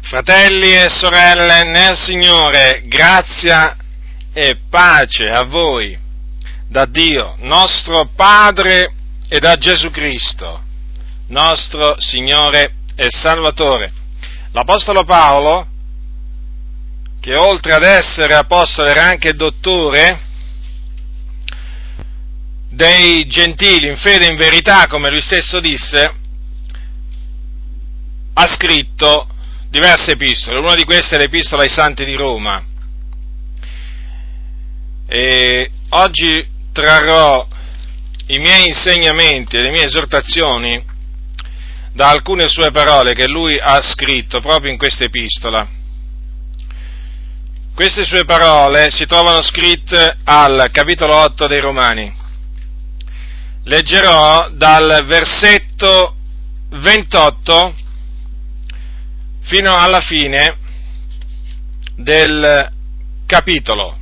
Fratelli e sorelle nel Signore, grazia e pace a voi da Dio, nostro Padre, e da Gesù Cristo, nostro Signore e Salvatore. L'Apostolo Paolo, che oltre ad essere apostolo era anche dottore dei gentili in fede e in verità, come lui stesso disse, ha scritto diverse epistole. Una di queste è l'Epistola ai Santi di Roma. E oggi trarrò i miei insegnamenti e le mie esortazioni da alcune sue parole che lui ha scritto proprio in questa epistola. Queste sue parole si trovano scritte al capitolo 8 dei Romani. Leggerò dal versetto 28 fino alla fine del capitolo.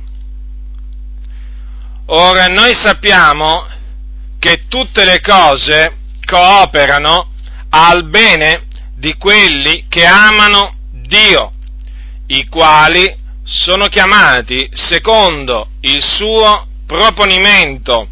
Ora, noi sappiamo che tutte le cose cooperano al bene di quelli che amano Dio, i quali sono chiamati secondo il suo proponimento,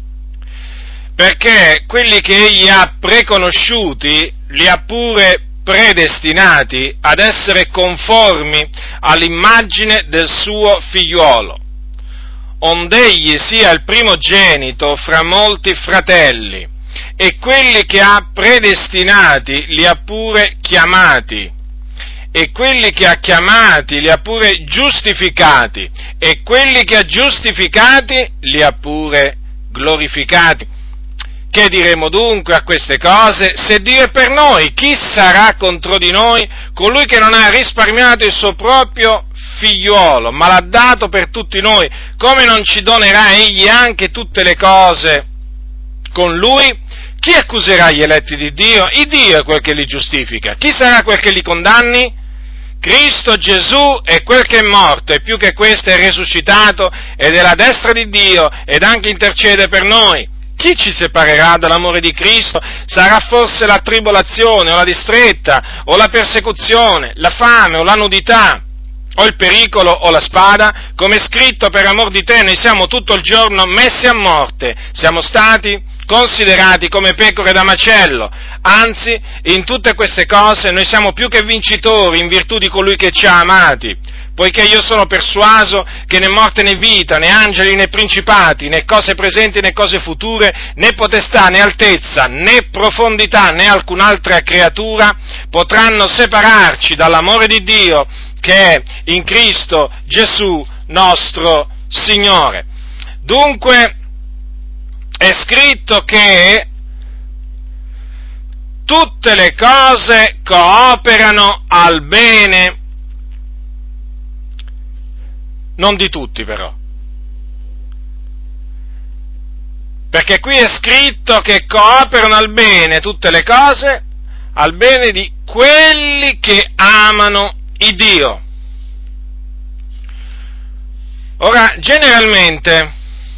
perché quelli che egli ha preconosciuti li ha pure predestinati ad essere conformi all'immagine del suo figliuolo, ond'egli sia il primogenito fra molti fratelli, e quelli che ha predestinati li ha pure chiamati, e quelli che ha chiamati li ha pure giustificati, e quelli che ha giustificati li ha pure glorificati. Che diremo dunque a queste cose? Se Dio è per noi, chi sarà contro di noi? Colui che non ha risparmiato il suo proprio figliuolo, ma l'ha dato per tutti noi, come non ci donerà egli anche tutte le cose con lui? Chi accuserà gli eletti di Dio? Il Dio è quel che li giustifica. Chi sarà quel che li condanni? Cristo Gesù è quel che è morto, e più che questo è risuscitato, ed è alla destra di Dio, ed anche intercede per noi. Chi ci separerà dall'amore di Cristo? Sarà forse la tribolazione, o la distretta, o la persecuzione, la fame, o la nudità, o il pericolo, o la spada? Come è scritto, per amor di te noi siamo tutto il giorno messi a morte, siamo stati considerati come pecore da macello. Anzi, in tutte queste cose noi siamo più che vincitori in virtù di colui che ci ha amati. Poiché io sono persuaso che né morte né vita, né angeli né principati, né cose presenti né cose future, né potestà né altezza, né profondità né alcun'altra creatura potranno separarci dall'amore di Dio che è in Cristo Gesù nostro Signore. Dunque è scritto che tutte le cose cooperano al bene, non di tutti però, perché qui è scritto che cooperano al bene tutte le cose, al bene di quelli che amano il Dio. Ora, generalmente,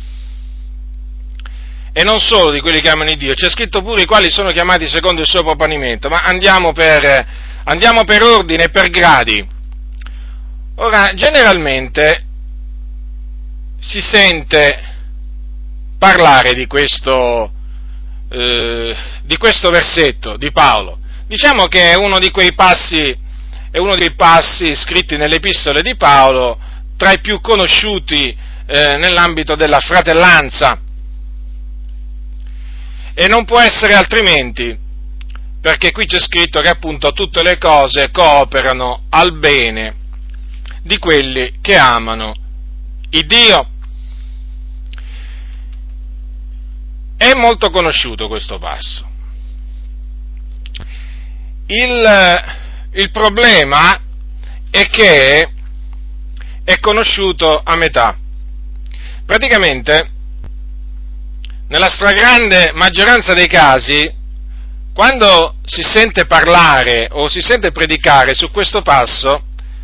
e non solo di quelli che amano il Dio, c'è scritto pure i quali sono chiamati secondo il suo proponimento, ma andiamo per ordine e per gradi. Ora, generalmente si sente parlare di questo versetto di Paolo. Diciamo che è uno di quei passi scritti nelle epistole di Paolo tra i più conosciuti nell'ambito della fratellanza. E non può essere altrimenti, perché qui c'è scritto che appunto tutte le cose cooperano al bene di quelli che amano il Dio. È molto conosciuto questo passo. Il problema è che è conosciuto a metà. Praticamente, nella stragrande maggioranza dei casi, quando si sente parlare o si sente predicare su questo passo,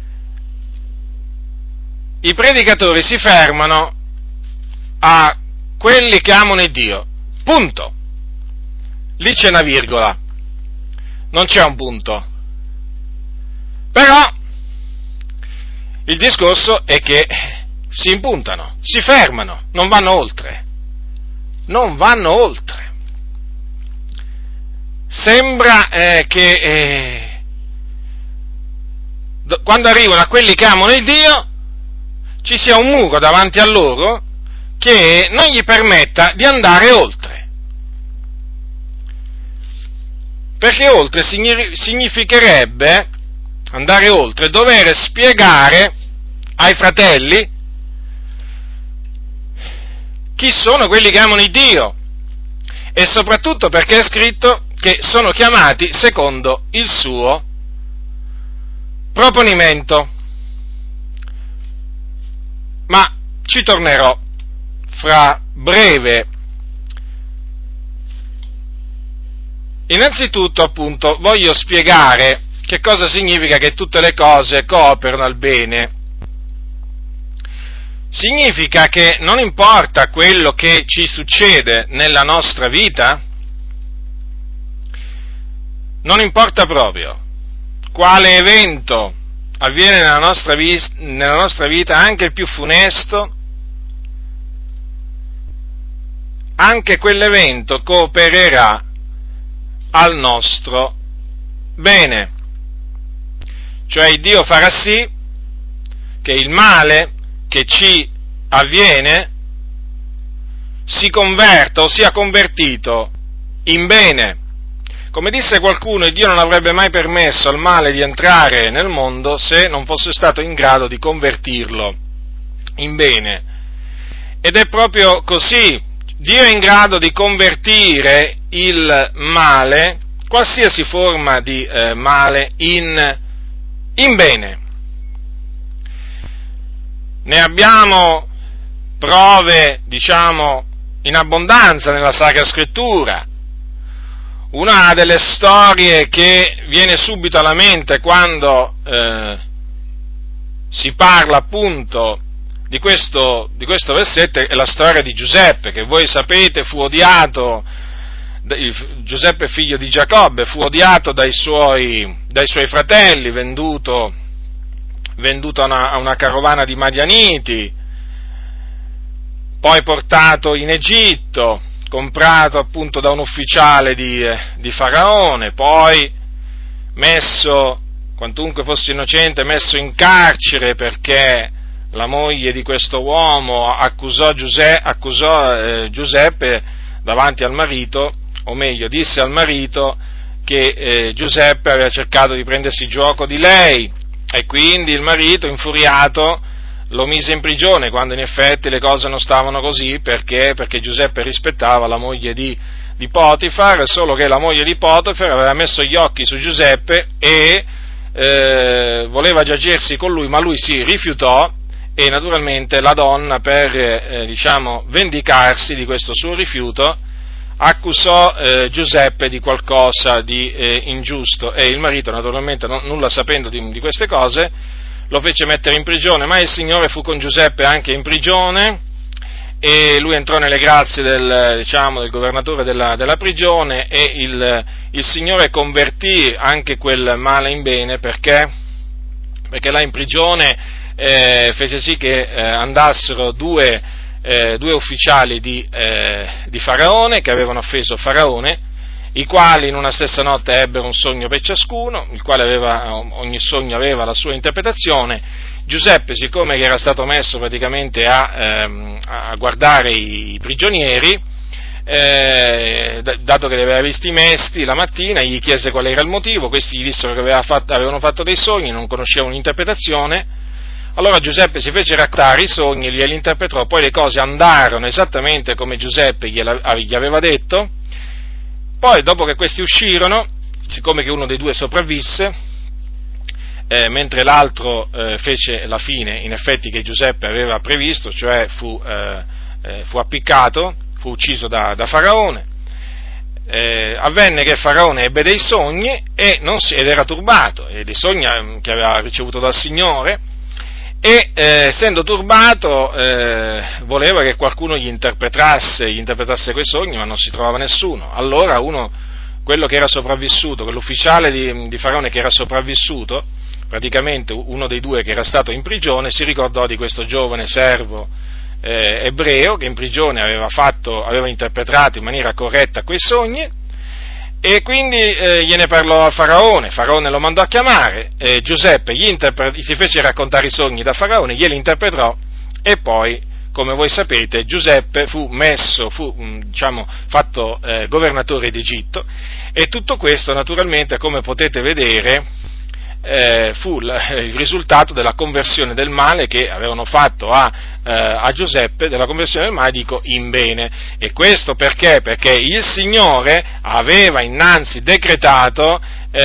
i predicatori si fermano a quelli che amano il Dio. Punto. Lì c'è una virgola, non c'è un punto. Però Il discorso è che si impuntano, si fermano, non vanno oltre. Non vanno oltre. Sembra che quando arrivano a quelli che amano il Dio ci sia un muro davanti a loro che non gli permetta di andare oltre. Perché oltre significherebbe andare oltre, dover spiegare ai fratelli chi sono quelli che amano il Dio, e soprattutto perché è scritto che sono chiamati secondo il suo proponimento. Ma ci tornerò fra breve. Innanzitutto, appunto, voglio spiegare che cosa significa che tutte le cose cooperano al bene. Significa che non importa quello che ci succede nella nostra vita, non importa proprio quale evento avviene nella nostra vita, anche il più funesto, anche quell'evento coopererà al nostro bene. Cioè Dio farà sì che il male che ci avviene si converta o sia convertito in bene. Come disse qualcuno, Dio non avrebbe mai permesso al male di entrare nel mondo se non fosse stato in grado di convertirlo in bene. Ed è proprio così. Dio è in grado di convertire il male, qualsiasi forma di male, in bene. Ne abbiamo prove, in abbondanza nella Sacra Scrittura. Una delle storie che viene subito alla mente quando si parla appunto di questo versetto è la storia di Giuseppe, che voi sapete fu odiato, Giuseppe figlio di Giacobbe, fu odiato dai suoi fratelli, venduto a una carovana di Madianiti, poi portato in Egitto, comprato appunto da un ufficiale di Faraone, poi messo, quantunque fosse innocente, messo in carcere perché la moglie di questo uomo accusò Giuseppe davanti al marito, o meglio, disse al marito che Giuseppe aveva cercato di prendersi gioco di lei, e quindi il marito, infuriato, lo mise in prigione, quando in effetti le cose non stavano così, perché Giuseppe rispettava la moglie di Potifar, solo che la moglie di Potifar aveva messo gli occhi su Giuseppe e voleva giacersi con lui, ma lui si rifiutò, e naturalmente la donna, per vendicarsi di questo suo rifiuto, accusò Giuseppe di qualcosa di ingiusto, e il marito, naturalmente nulla sapendo di queste cose, lo fece mettere in prigione. Ma il Signore fu con Giuseppe anche in prigione, e lui entrò nelle grazie del governatore della prigione, e il Signore convertì anche quel male in bene, perché là in prigione fece sì che andassero due ufficiali di Faraone, che avevano offeso Faraone, i quali in una stessa notte ebbero un sogno per ciascuno, il quale ogni sogno aveva la sua interpretazione. Giuseppe, siccome che era stato messo praticamente a guardare i prigionieri, dato che li aveva visti mesti la mattina, gli chiese qual era il motivo. Questi gli dissero che avevano fatto dei sogni, non conoscevano l'interpretazione. Allora Giuseppe si fece raccontare i sogni, glieli interpretò, poi le cose andarono esattamente come Giuseppe gli aveva detto. Poi, dopo che questi uscirono, siccome che uno dei due sopravvisse, mentre l'altro fece la fine, in effetti, che Giuseppe aveva previsto, cioè fu appiccato, fu ucciso da Faraone, avvenne che Faraone ebbe dei sogni ed era turbato, e dei sogni che aveva ricevuto dal Signore, e essendo turbato voleva che qualcuno gli interpretasse quei sogni, ma non si trovava nessuno. Allora quello che era sopravvissuto, quell'ufficiale di Faraone che era sopravvissuto, praticamente uno dei due che era stato in prigione si ricordò di questo giovane servo ebreo che in prigione aveva interpretato in maniera corretta quei sogni, e quindi gliene parlò a Faraone. Faraone lo mandò a chiamare, Giuseppe si fece raccontare i sogni da Faraone, glieli interpretò, e poi, come voi sapete, Giuseppe fu fatto governatore d'Egitto, e tutto questo naturalmente, come potete vedere, fu il risultato della conversione del male che avevano fatto a Giuseppe, della conversione del male, dico, in bene. E questo perché? Perché il Signore aveva innanzi decretato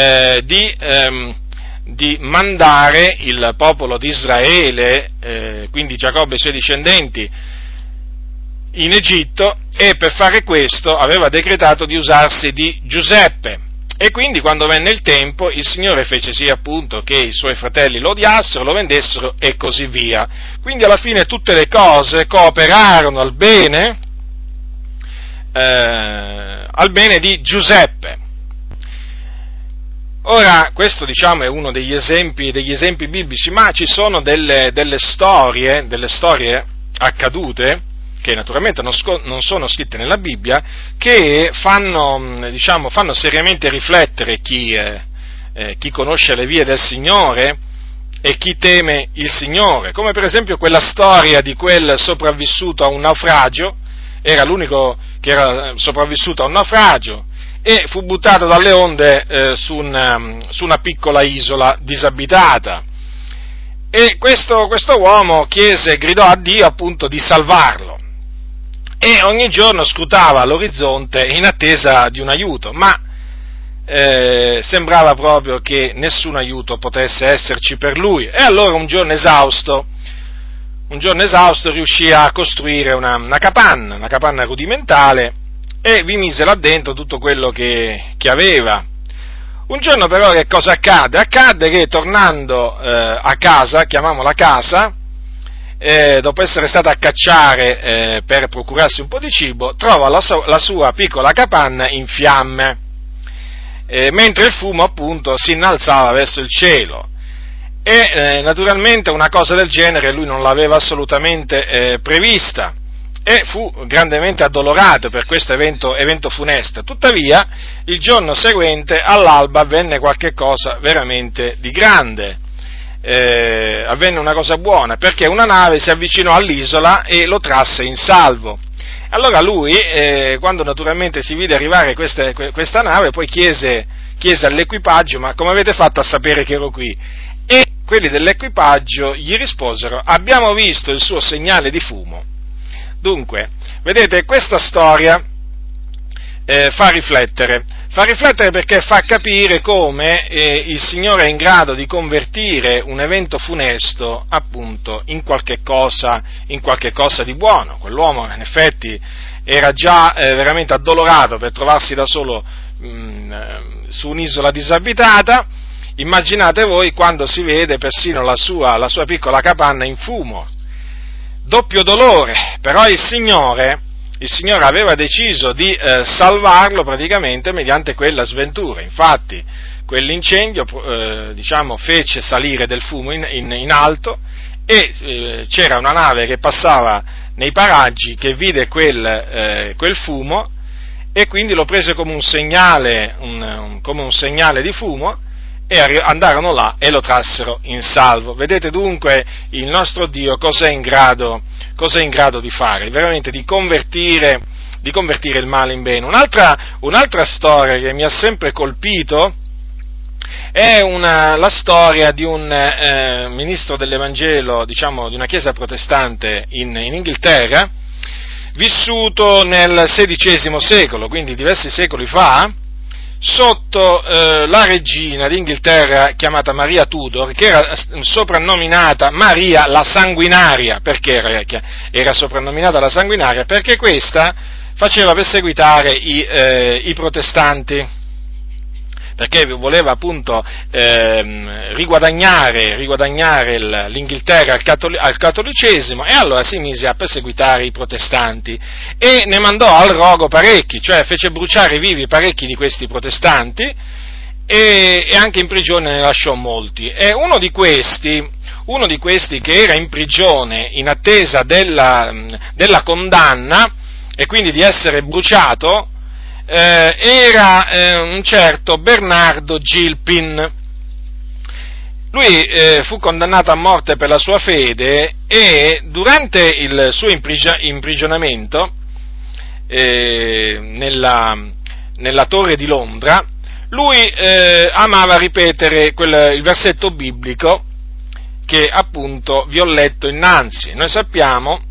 di mandare il popolo di Israele, quindi Giacobbe e i suoi discendenti, in Egitto, e per fare questo aveva decretato di usarsi di Giuseppe. E quindi quando venne il tempo il Signore fece sì appunto che i suoi fratelli lo odiassero, lo vendessero e così via. Quindi alla fine tutte le cose cooperarono al bene di Giuseppe. Ora, questo è uno degli esempi biblici, ma ci sono delle storie accadute, che naturalmente non sono scritte nella Bibbia, che fanno seriamente riflettere chi conosce le vie del Signore e chi teme il Signore, come per esempio quella storia di quel sopravvissuto a un naufragio. Era l'unico che era sopravvissuto a un naufragio e fu buttato dalle onde su una piccola isola disabitata. E questo uomo gridò a Dio appunto di salvarlo, e ogni giorno scrutava l'orizzonte in attesa di un aiuto, ma sembrava proprio che nessun aiuto potesse esserci per lui. E allora un giorno esausto riuscì a costruire una capanna rudimentale, e vi mise là dentro tutto quello che aveva. Un giorno però che cosa accadde? Accadde che tornando a casa, chiamiamola casa, dopo essere stato a cacciare per procurarsi un po' di cibo, trova la sua piccola capanna in fiamme, mentre il fumo appunto si innalzava verso il cielo. E naturalmente una cosa del genere lui non l'aveva assolutamente prevista, e fu grandemente addolorato per questo evento funesto. Tuttavia, il giorno seguente, all'alba, avvenne qualche cosa veramente di grande. Avvenne una cosa buona, perché una nave si avvicinò all'isola e lo trasse in salvo. Allora lui, quando naturalmente si vide arrivare questa nave, poi chiese all'equipaggio: ma come avete fatto a sapere che ero qui? E quelli dell'equipaggio gli risposero: abbiamo visto il suo segnale di fumo. Dunque, vedete, questa storia fa riflettere perché fa capire come il Signore è in grado di convertire un evento funesto appunto in qualche cosa di buono. Quell'uomo in effetti era già veramente addolorato per trovarsi da solo su un'isola disabitata. Immaginate voi quando si vede persino la sua piccola capanna in fumo. Doppio dolore, però il Signore aveva deciso di salvarlo praticamente mediante quella sventura. Infatti quell'incendio fece salire del fumo in alto, e c'era una nave che passava nei paraggi che vide quel fumo, e quindi lo prese come un segnale di fumo, e andarono là e lo trassero in salvo. Vedete dunque il nostro Dio cosa è in grado di fare, veramente di convertire il male in bene. Un'altra storia che mi ha sempre colpito è la storia di un ministro dell'Evangelo, di una chiesa protestante in Inghilterra, vissuto nel XVI secolo, quindi diversi secoli fa, sotto la regina d'Inghilterra chiamata Maria Tudor, che era soprannominata Maria la Sanguinaria. Perché era soprannominata la Sanguinaria? Perché questa faceva perseguitare i protestanti, perché voleva appunto riguadagnare l'Inghilterra al cattolicesimo, e allora si mise a perseguitare i protestanti e ne mandò al rogo parecchi, cioè fece bruciare vivi parecchi di questi protestanti, e anche in prigione ne lasciò molti. E uno di questi che era in prigione in attesa della condanna e quindi di essere bruciato, era un certo Bernardo Gilpin. Lui fu condannato a morte per la sua fede e durante il suo imprigionamento nella torre di Londra, lui amava ripetere il versetto biblico che appunto vi ho letto innanzi. Noi sappiamo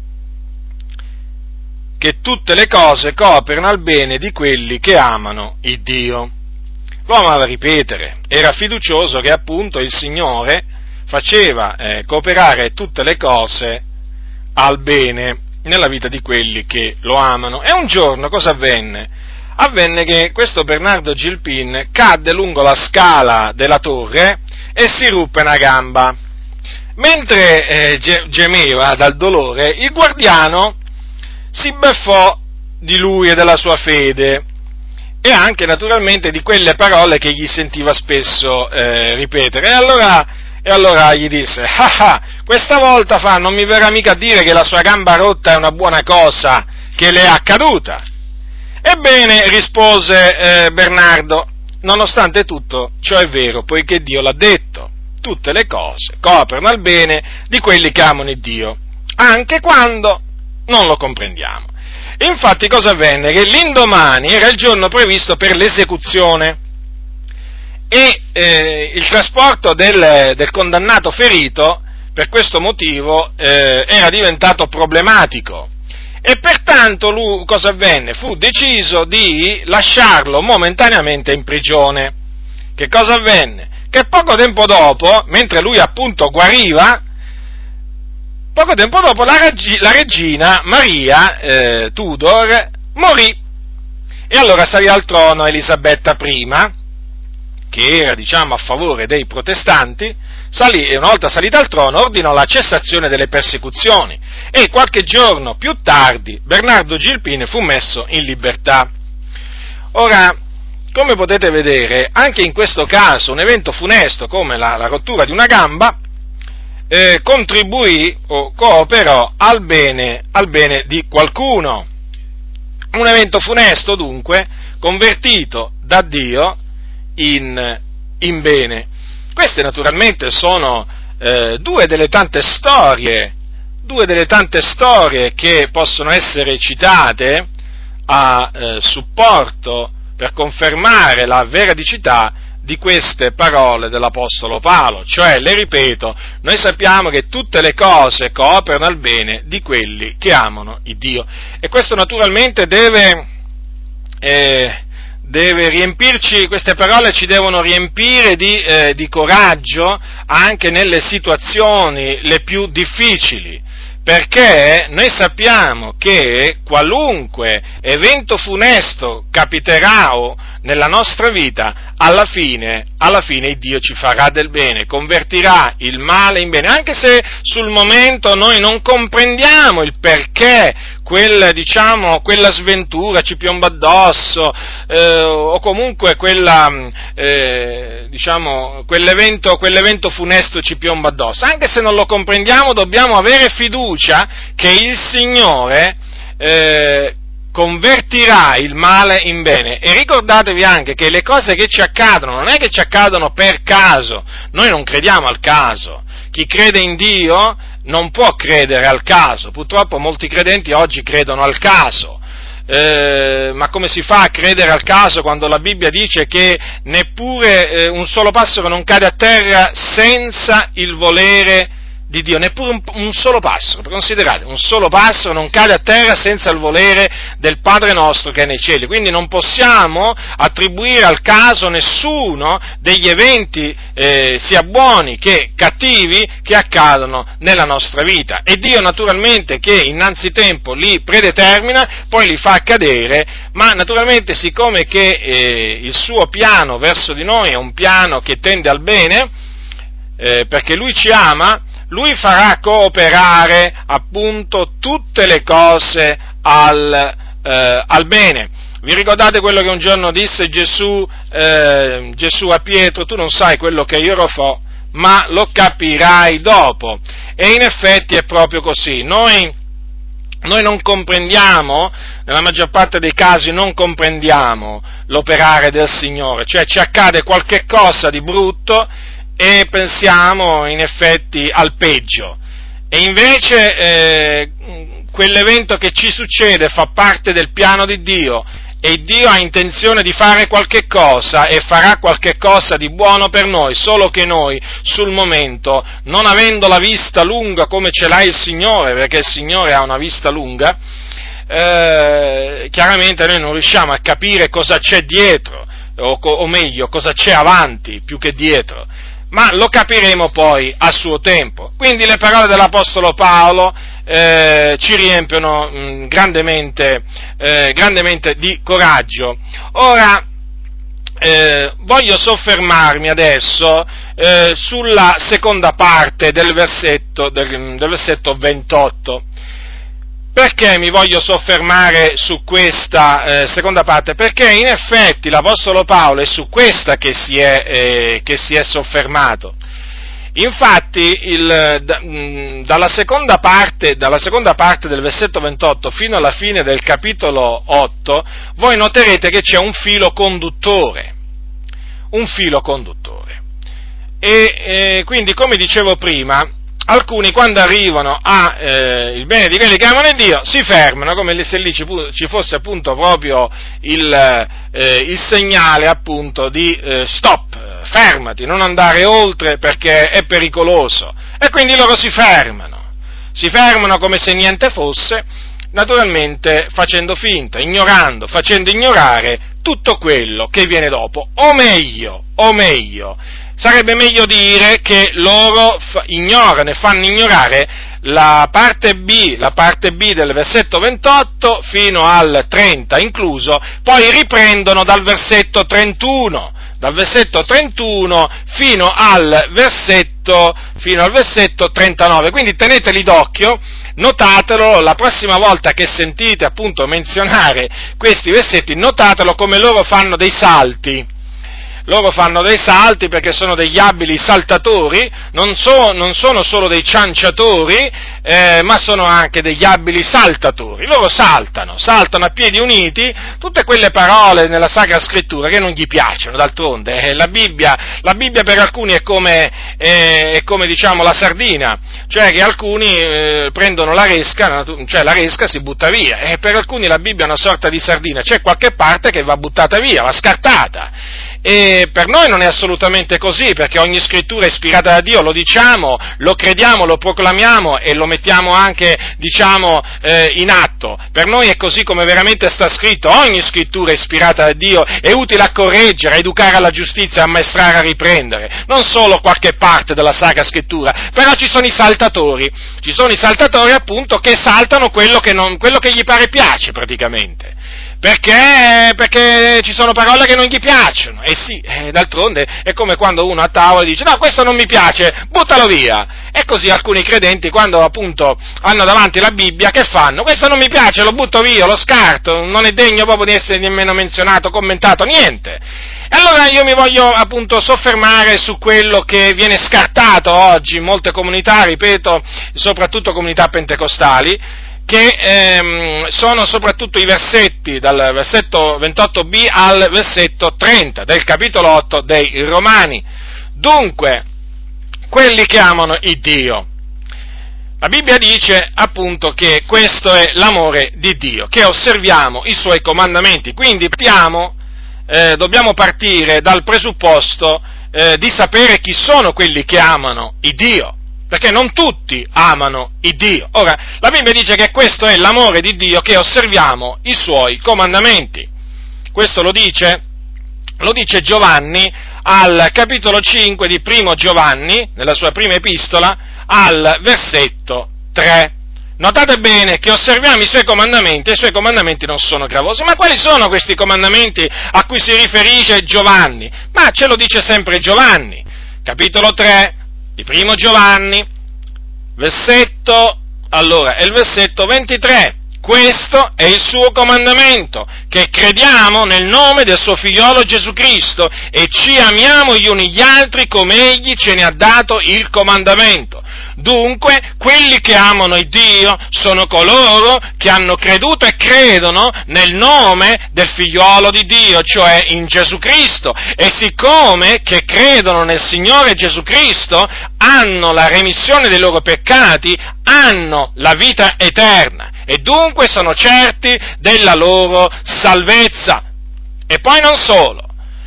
che tutte le cose cooperano al bene di quelli che amano il Dio. Lo amava ripetere, era fiducioso che appunto il Signore faceva cooperare tutte le cose al bene nella vita di quelli che lo amano. E un giorno cosa avvenne? Avvenne che questo Bernardo Gilpin cadde lungo la scala della torre e si ruppe una gamba. Mentre gemeva dal dolore, il guardiano si beffò di lui e della sua fede e anche naturalmente di quelle parole che gli sentiva spesso ripetere. E allora gli disse: questa volta non mi verrà mica a dire che la sua gamba rotta è una buona cosa che le è accaduta. Ebbene, rispose Bernardo, nonostante tutto ciò è vero, poiché Dio l'ha detto, tutte le cose cooperano al bene di quelli che amano il Dio, anche quando non lo comprendiamo. Infatti cosa avvenne? Che l'indomani era il giorno previsto per l'esecuzione e il trasporto del condannato ferito per questo motivo era diventato problematico e pertanto lui, cosa avvenne? Fu deciso di lasciarlo momentaneamente in prigione. Che cosa avvenne? Che poco tempo dopo, mentre lui appunto guariva, poco tempo dopo la regina Maria Tudor morì e allora salì al trono Elisabetta I, che era a favore dei protestanti, e una volta salita al trono ordinò la cessazione delle persecuzioni e qualche giorno più tardi Bernardo Gilpin fu messo in libertà. Ora, come potete vedere, anche in questo caso un evento funesto come la rottura di una gamba contribuì o cooperò al bene di qualcuno. Un evento funesto, dunque, convertito da Dio in bene. Queste naturalmente sono due delle tante storie che possono essere citate a supporto per confermare la veridicità di queste parole dell'Apostolo Paolo, cioè, le ripeto, noi sappiamo che tutte le cose cooperano al bene di quelli che amano il Dio, e questo naturalmente deve riempirci, queste parole ci devono riempire di coraggio anche nelle situazioni le più difficili, perché noi sappiamo che qualunque evento funesto capiterà nella nostra vita, alla fine Dio ci farà del bene, convertirà il male in bene, anche se sul momento noi non comprendiamo il perché quella sventura ci piomba addosso, o comunque quell'evento funesto ci piomba addosso. Anche se non lo comprendiamo, dobbiamo avere fiducia che il Signore convertirà il male in bene. E ricordatevi anche che le cose che ci accadono non è che ci accadono per caso, noi non crediamo al caso. Chi crede in Dio non può credere al caso. Purtroppo molti credenti oggi credono al caso. Ma come si fa a credere al caso quando la Bibbia dice che neppure un solo passero non cade a terra senza il volere di Dio, neppure un solo passero, considerate, un solo passero non cade a terra senza il volere del Padre nostro che è nei cieli, quindi non possiamo attribuire al caso nessuno degli eventi, sia buoni che cattivi, che accadono nella nostra vita, e Dio naturalmente che innanzitempo li predetermina, poi li fa accadere, ma naturalmente siccome che il suo piano verso di noi è un piano che tende al bene, perché Lui ci ama, Lui farà cooperare appunto tutte le cose al bene. Vi ricordate quello che un giorno disse Gesù a Pietro? Tu non sai quello che io farò, ma lo capirai dopo. E in effetti è proprio così. Noi non comprendiamo, nella maggior parte dei casi non comprendiamo l'operare del Signore, cioè ci accade qualche cosa di brutto e pensiamo in effetti al peggio. E invece quell'evento che ci succede fa parte del piano di Dio, e Dio ha intenzione di fare qualche cosa e farà qualche cosa di buono per noi, solo che noi sul momento, non avendo la vista lunga come ce l'ha il Signore, perché il Signore ha una vista lunga, chiaramente noi non riusciamo a capire cosa c'è dietro, o meglio, cosa c'è avanti più che dietro, ma lo capiremo poi a suo tempo. Quindi le parole dell'Apostolo Paolo ci riempiono grandemente di coraggio. Ora, voglio soffermarmi adesso sulla seconda parte del versetto 28. Perché mi voglio soffermare su questa seconda parte? Perché in effetti l'Apostolo Paolo è su questa che si è soffermato. Infatti, dalla seconda parte del versetto 28 fino alla fine del capitolo 8, voi noterete che c'è un filo conduttore. E quindi, come dicevo prima, alcuni quando arrivano a il bene di quelli che amano Dio si fermano, come se lì ci fosse appunto proprio il segnale appunto di stop, fermati, non andare oltre perché è pericoloso, e quindi loro si fermano come se niente fosse, naturalmente facendo finta, facendo ignorare tutto quello che viene dopo, o meglio, sarebbe meglio dire che loro ignorano e fanno ignorare la parte B del versetto 28 fino al 30 incluso, poi riprendono dal versetto 31 fino al versetto 39, quindi teneteli d'occhio, notatelo, la prossima volta che sentite appunto menzionare questi versetti, notatelo come loro fanno dei salti. Loro fanno dei salti perché sono degli abili saltatori, non sono solo dei cianciatori, ma sono anche degli abili saltatori. Loro saltano a piedi uniti tutte quelle parole nella Sacra Scrittura che non gli piacciono. D'altronde la Bibbia per alcuni è come diciamo la sardina, cioè che alcuni prendono la resca, cioè la resca si butta via, e per alcuni la Bibbia è una sorta di sardina, c'è qualche parte che va buttata via, va scartata. E per noi non è assolutamente così, perché ogni scrittura è ispirata da Dio, lo diciamo, lo crediamo, lo proclamiamo e lo mettiamo anche, in atto. Per noi è così come veramente sta scritto, ogni scrittura è ispirata da Dio, è utile a correggere, a educare alla giustizia, a ammaestrare, a riprendere, non solo qualche parte della Sacra Scrittura, però ci sono i saltatori appunto che saltano quello che gli pare piace praticamente. Perché ci sono parole che non gli piacciono, e sì, d'altronde è come quando uno a tavola dice no, questo non mi piace, buttalo via, e così alcuni credenti quando appunto hanno davanti la Bibbia, che fanno? Questo non mi piace, lo butto via, lo scarto, non è degno proprio di essere nemmeno menzionato, commentato, niente. E allora io mi voglio appunto soffermare su quello che viene scartato oggi in molte comunità, ripeto, soprattutto comunità pentecostali, che sono soprattutto i versetti dal versetto 28b al versetto 30 del capitolo 8 dei Romani. Dunque, quelli che amano il Dio. La Bibbia dice appunto che questo è l'amore di Dio, che osserviamo i Suoi comandamenti, quindi dobbiamo partire dal presupposto di sapere chi sono quelli che amano il Dio. Perché non tutti amano il Dio. Ora, la Bibbia dice che questo è l'amore di Dio, che osserviamo i Suoi comandamenti. Questo lo dice Giovanni al capitolo 5 di Primo Giovanni, nella sua prima epistola, al versetto 3. Notate bene che osserviamo i Suoi comandamenti, e i Suoi comandamenti non sono gravosi. Ma quali sono questi comandamenti a cui si riferisce Giovanni? Ma ce lo dice sempre Giovanni, capitolo 3, di Primo Giovanni, è il versetto 23, Questo è il suo comandamento, che crediamo nel nome del suo figliolo Gesù Cristo e ci amiamo gli uni gli altri come egli ce ne ha dato il comandamento. Dunque, quelli che amano il Dio sono coloro che hanno creduto e credono nel nome del figliolo di Dio, cioè in Gesù Cristo, e siccome che credono nel Signore Gesù Cristo, hanno la remissione dei loro peccati, hanno la vita eterna, e dunque sono certi della loro salvezza. E poi non solo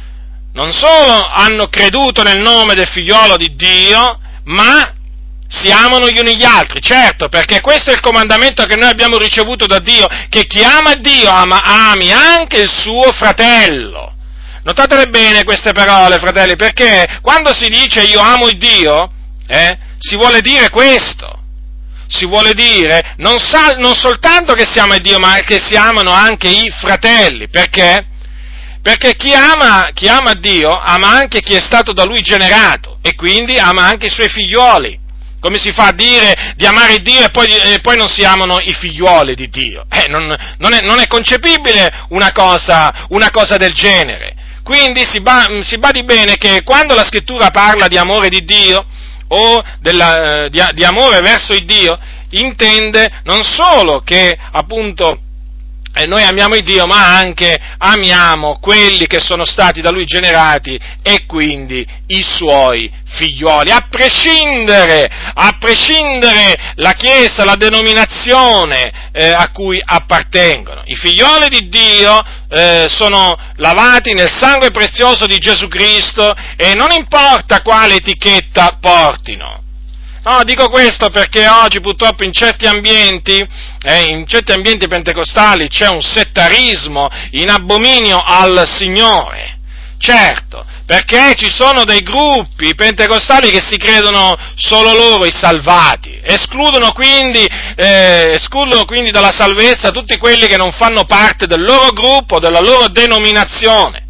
hanno creduto nel nome del figliolo di Dio, ma si amano gli uni gli altri, certo, perché questo è il comandamento che noi abbiamo ricevuto da Dio, che chi ama Dio ami anche il suo fratello. Notatele bene queste parole, fratelli, perché quando si dice io amo il Dio, si vuole dire questo. Si vuole dire non soltanto che si ama il Dio, ma che si amano anche i fratelli. Perché? Perché chi ama Dio ama anche chi è stato da Lui generato, e quindi ama anche i suoi figlioli. Come si fa a dire di amare Dio e poi non si amano i figlioli di Dio? Non è concepibile una cosa del genere. Quindi si badi bene che quando la Scrittura parla di amore di Dio o di amore verso il Dio, intende non solo che appunto noi amiamo il Dio, ma anche amiamo quelli che sono stati da Lui generati e quindi i Suoi figlioli, a prescindere la Chiesa, la denominazione a cui appartengono. I figlioli di Dio sono lavati nel sangue prezioso di Gesù Cristo e non importa quale etichetta portino. No, dico questo perché oggi purtroppo in certi ambienti pentecostali c'è un settarismo in abominio al Signore. Certo, perché ci sono dei gruppi pentecostali che si credono solo loro i salvati, escludono quindi dalla salvezza tutti quelli che non fanno parte del loro gruppo, della loro denominazione.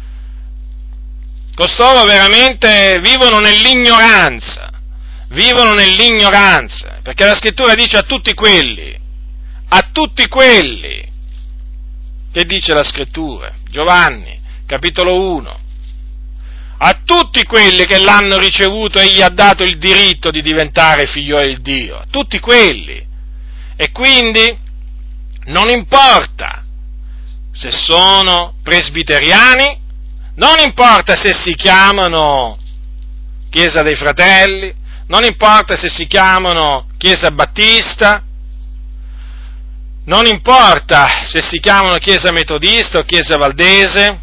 Costoro veramente vivono nell'ignoranza, perché la Scrittura dice a tutti quelli, che dice la Scrittura? Giovanni, capitolo 1, a tutti quelli che l'hanno ricevuto egli ha dato il diritto di diventare figlioli di Dio, a tutti quelli, e quindi non importa se sono presbiteriani, non importa se si chiamano Chiesa dei Fratelli, non importa se si chiamano Chiesa Battista, non importa se si chiamano Chiesa Metodista o Chiesa Valdese,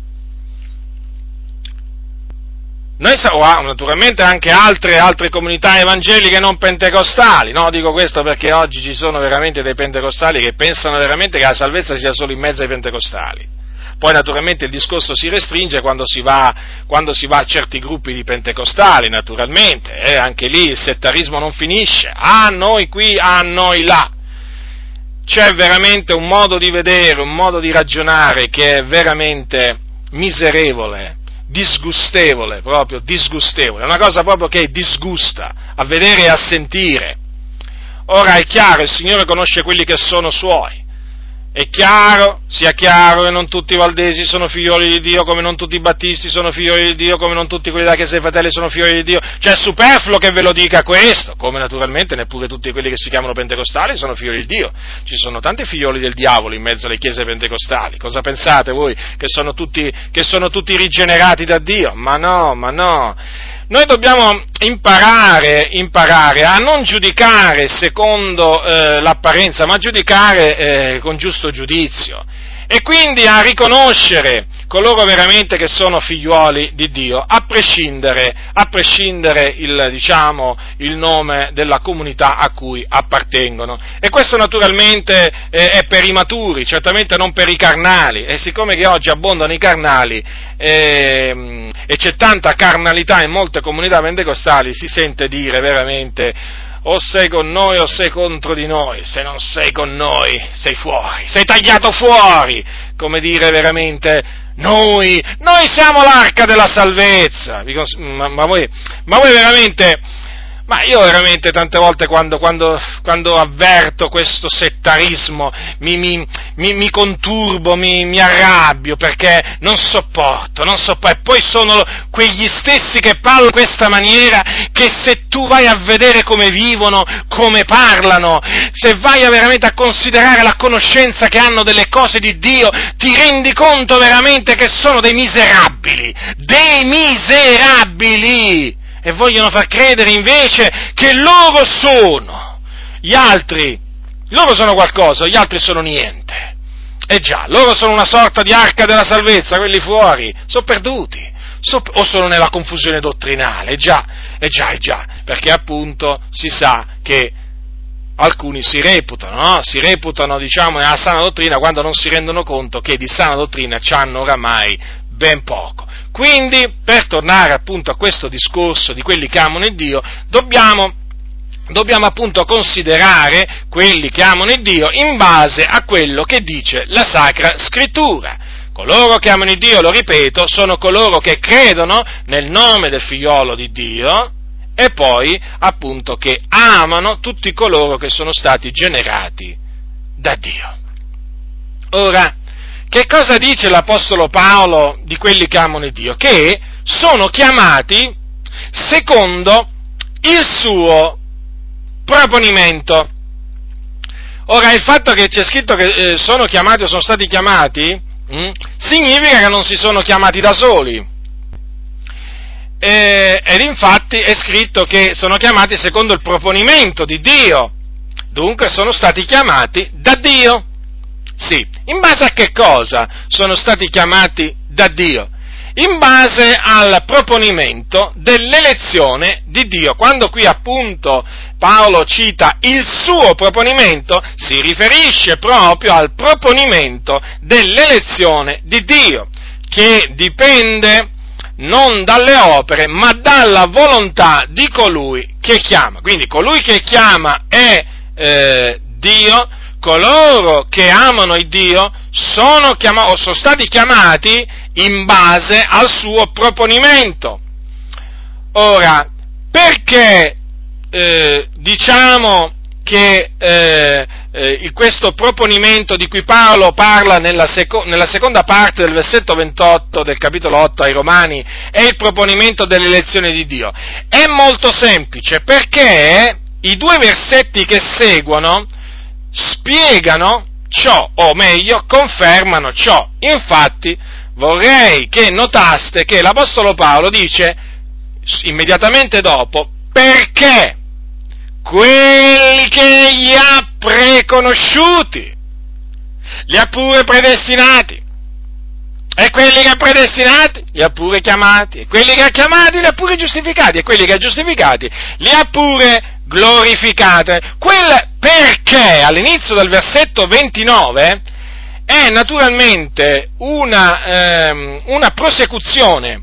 naturalmente anche altre comunità evangeliche non pentecostali, no? Dico questo perché oggi ci sono veramente dei pentecostali che pensano veramente che la salvezza sia solo in mezzo ai pentecostali. Poi naturalmente il discorso si restringe quando si va a certi gruppi di pentecostali, naturalmente, anche lì il settarismo non finisce, noi qui, noi là. C'è veramente un modo di vedere, un modo di ragionare che è veramente miserevole, disgustevole, proprio disgustevole, è una cosa proprio che disgusta a vedere e a sentire. Ora è chiaro, il Signore conosce quelli che sono Suoi. È chiaro, sia chiaro che non tutti i valdesi sono figlioli di Dio, come non tutti i battisti sono figlioli di Dio, come non tutti quelli della Chiesa dei Fratelli sono figlioli di Dio. Cioè è superfluo che ve lo dica questo, come naturalmente neppure tutti quelli che si chiamano pentecostali sono figlioli di Dio. Ci sono tanti figlioli del diavolo in mezzo alle chiese pentecostali. Cosa pensate voi? Che sono tutti rigenerati da Dio? Ma no. Noi dobbiamo imparare a non giudicare secondo l'apparenza, ma a giudicare con giusto giudizio, e quindi a riconoscere coloro veramente che sono figliuoli di Dio, a prescindere il nome della comunità a cui appartengono. E questo naturalmente è per i maturi, certamente non per i carnali, e siccome che oggi abbondano i carnali e c'è tanta carnalità in molte comunità pentecostali, si sente dire veramente: o sei con noi o sei contro di noi, se non sei con noi sei fuori, sei tagliato fuori, come dire veramente: noi siamo l'arca della salvezza. Ma voi Ma io veramente tante volte quando avverto questo settarismo mi conturbo, mi arrabbio, perché non sopporto, e poi sono quegli stessi che parlano in questa maniera, che se tu vai a vedere come vivono, come parlano, se vai veramente a considerare la conoscenza che hanno delle cose di Dio, ti rendi conto veramente che sono dei miserabili, e vogliono far credere invece che loro sono qualcosa, gli altri sono niente. E già, loro sono una sorta di arca della salvezza, quelli fuori sono perduti, o sono nella confusione dottrinale, già, perché appunto si sa che alcuni si reputano, diciamo, nella sana dottrina, quando non si rendono conto che di sana dottrina c'hanno oramai ben poco. Quindi, per tornare appunto a questo discorso di quelli che amano il Dio, dobbiamo appunto considerare quelli che amano il Dio in base a quello che dice la Sacra Scrittura. Coloro che amano il Dio, lo ripeto, sono coloro che credono nel nome del Figliolo di Dio e poi appunto che amano tutti coloro che sono stati generati da Dio. Ora, che cosa dice l'Apostolo Paolo di quelli che amano il Dio? Che sono chiamati secondo il suo proponimento. Ora, il fatto che c'è scritto che sono chiamati o sono stati chiamati, significa che non si sono chiamati da soli. Ed infatti è scritto che sono chiamati secondo il proponimento di Dio. Dunque sono stati chiamati da Dio. Sì, in base a che cosa sono stati chiamati da Dio? In base al proponimento dell'elezione di Dio. Quando qui appunto Paolo cita il suo proponimento, si riferisce proprio al proponimento dell'elezione di Dio, che dipende non dalle opere, ma dalla volontà di colui che chiama. Quindi colui che chiama è Dio. Coloro che amano il Dio sono stati chiamati in base al suo proponimento. Ora, perché diciamo che questo proponimento di cui Paolo parla nella seconda parte del versetto 28 del capitolo 8 ai Romani è il proponimento dell'elezione di Dio? È molto semplice, perché i due versetti che seguono spiegano ciò, o meglio, confermano ciò. Infatti, vorrei che notaste che l'Apostolo Paolo dice, immediatamente dopo, perché quelli che gli ha preconosciuti, li ha pure predestinati, e quelli che ha predestinati li ha pure chiamati, e quelli che ha chiamati li ha pure giustificati, e quelli che ha giustificati li ha pure glorificate. Quel perché all'inizio del versetto 29 è naturalmente una prosecuzione,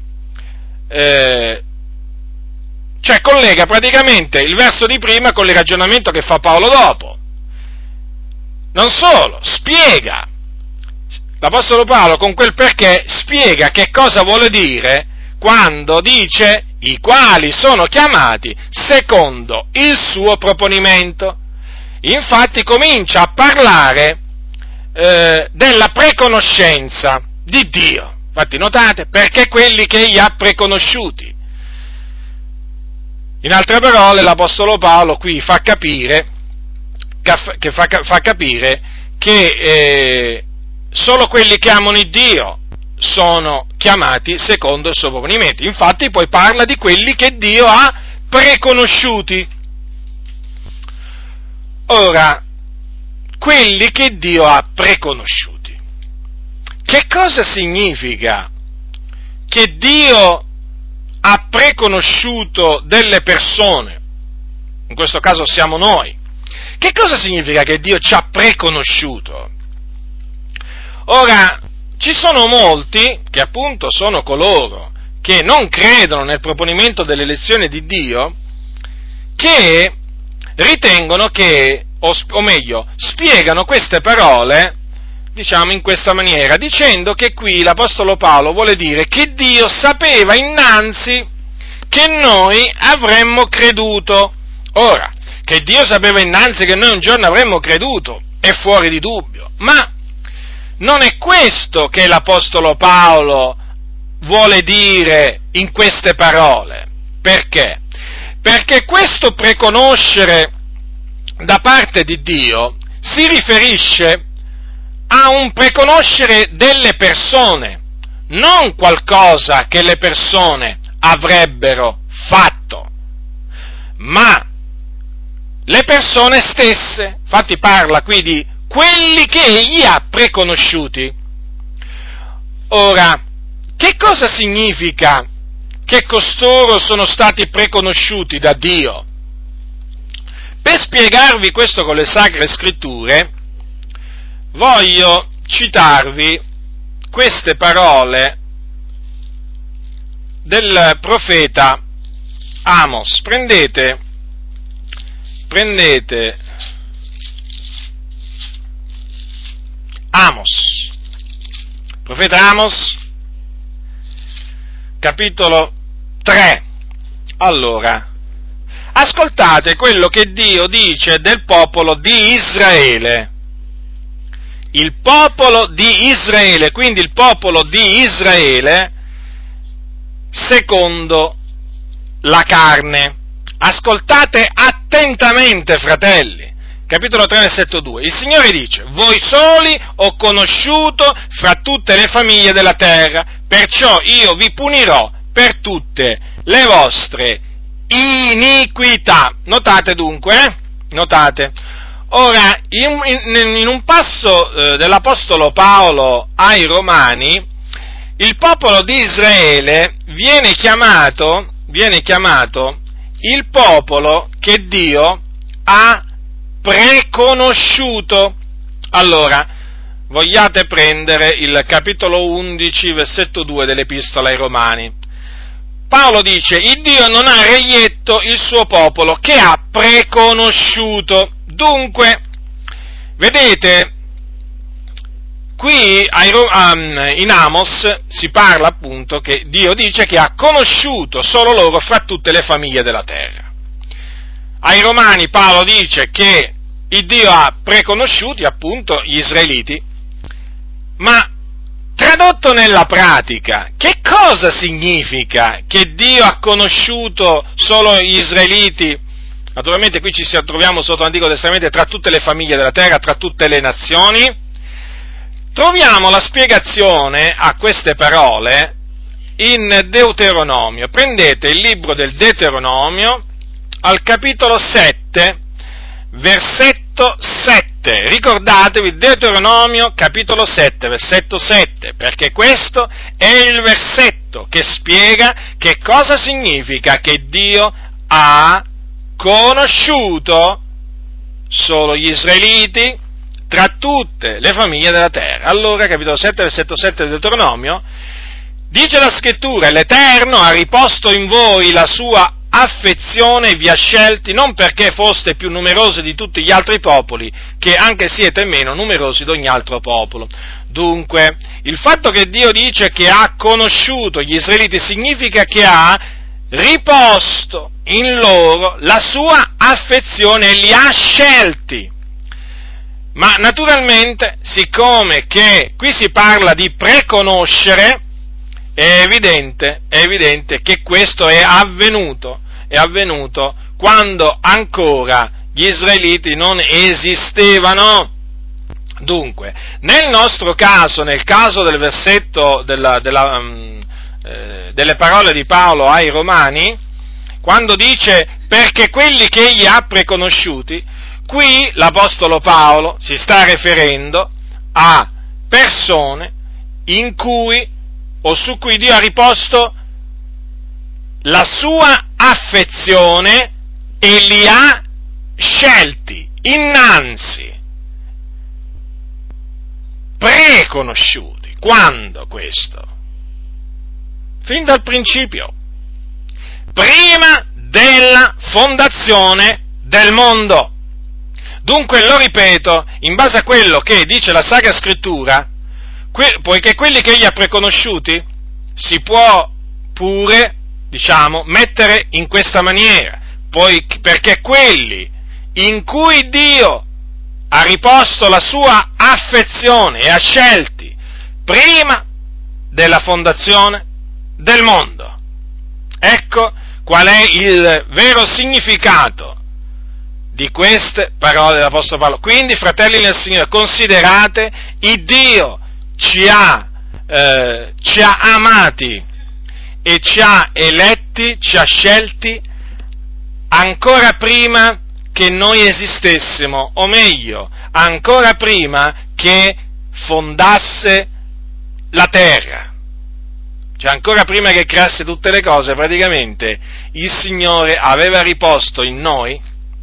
cioè collega praticamente il verso di prima con il ragionamento che fa Paolo dopo. Non solo, spiega, l'Apostolo Paolo con quel perché spiega che cosa vuole dire quando dice i quali sono chiamati secondo il suo proponimento. Infatti comincia a parlare della preconoscenza di Dio. Infatti notate, perché quelli che gli ha preconosciuti. In altre parole, l'Apostolo Paolo qui fa capire che solo quelli che amano il Dio sono chiamati secondo il suo proponimento. Infatti poi parla di quelli che Dio ha preconosciuti. Ora, quelli che Dio ha preconosciuti. Che cosa significa che Dio ha preconosciuto delle persone? In questo caso siamo noi. Che cosa significa che Dio ci ha preconosciuto? Ora, ci sono molti, che appunto sono coloro che non credono nel proponimento dell'elezione di Dio, che ritengono che, o meglio, spiegano queste parole, diciamo in questa maniera, dicendo che qui l'Apostolo Paolo vuole dire che Dio sapeva innanzi che noi avremmo creduto. Ora, che Dio sapeva innanzi che noi un giorno avremmo creduto, è fuori di dubbio, ma non è questo che l'Apostolo Paolo vuole dire in queste parole. Perché? Perché questo preconoscere da parte di Dio si riferisce a un preconoscere delle persone, non qualcosa che le persone avrebbero fatto, ma le persone stesse. Infatti parla qui di quelli che egli ha preconosciuti. Ora, che cosa significa che costoro sono stati preconosciuti da Dio? Per spiegarvi questo con le Sacre Scritture, voglio citarvi queste parole del profeta Amos. Prendete Amos, profeta Amos, capitolo 3. Allora, ascoltate quello che Dio dice del popolo di Israele. Il popolo di Israele, quindi il popolo di Israele secondo la carne. Ascoltate attentamente, fratelli. Capitolo 3, versetto 2. Il Signore dice: voi soli ho conosciuto fra tutte le famiglie della terra, perciò io vi punirò per tutte le vostre iniquità. Notate dunque, notate. Ora, in un passo dell'Apostolo Paolo ai Romani, il popolo di Israele viene chiamato il popolo che Dio ha preconosciuto. Allora, vogliate prendere il capitolo 11, versetto 2 dell'Epistola ai Romani. Paolo dice: il Dio non ha reietto il suo popolo che ha preconosciuto. Dunque, vedete, qui in Amos si parla appunto che Dio dice che ha conosciuto solo loro fra tutte le famiglie della terra. Ai Romani Paolo dice che il Dio ha preconosciuti appunto gli israeliti, ma tradotto nella pratica, che cosa significa che Dio ha conosciuto solo gli israeliti? Naturalmente qui ci troviamo sotto l'Antico Testamento tra tutte le famiglie della terra, tra tutte le nazioni. Troviamo la spiegazione a queste parole in Deuteronomio. Prendete il libro del Deuteronomio al capitolo 7, versetto 7. Ricordatevi Deuteronomio capitolo 7, versetto 7, perché questo è il versetto che spiega che cosa significa che Dio ha conosciuto solo gli israeliti tra tutte le famiglie della terra. Allora, capitolo 7, versetto 7 del Deuteronomio, dice la Scrittura: l'Eterno ha riposto in voi la sua affezione e vi ha scelti non perché foste più numerosi di tutti gli altri popoli, che anche siete meno numerosi di ogni altro popolo. Dunque, il fatto che Dio dice che ha conosciuto gli israeliti significa che ha riposto in loro la sua affezione e li ha scelti. Ma naturalmente, siccome che qui si parla di preconoscere, è evidente che questo è avvenuto quando ancora gli israeliti non esistevano. Dunque, nel nostro caso, nel caso del versetto delle parole di Paolo ai Romani, quando dice perché quelli che egli ha preconosciuti, qui l'Apostolo Paolo si sta riferendo a persone in cui o su cui Dio ha riposto la sua affezione e li ha scelti innanzi, preconosciuti. Quando questo? Fin dal principio, prima della fondazione del mondo. Dunque, lo ripeto, in base a quello che dice la Sacra Scrittura, poiché quelli che egli ha preconosciuti, si può pure mettere in questa maniera, perché quelli in cui Dio ha riposto la sua affezione e ha scelti prima della fondazione del mondo. Ecco qual è il vero significato di queste parole dell'Apostolo Paolo. Quindi, fratelli nel Signore, considerate, il Dio ci ha amati e ci ha eletti, ci ha scelti ancora prima che noi esistessimo, o meglio, ancora prima che fondasse la terra. Cioè, ancora prima che creasse tutte le cose, praticamente, il Signore aveva riposto in noi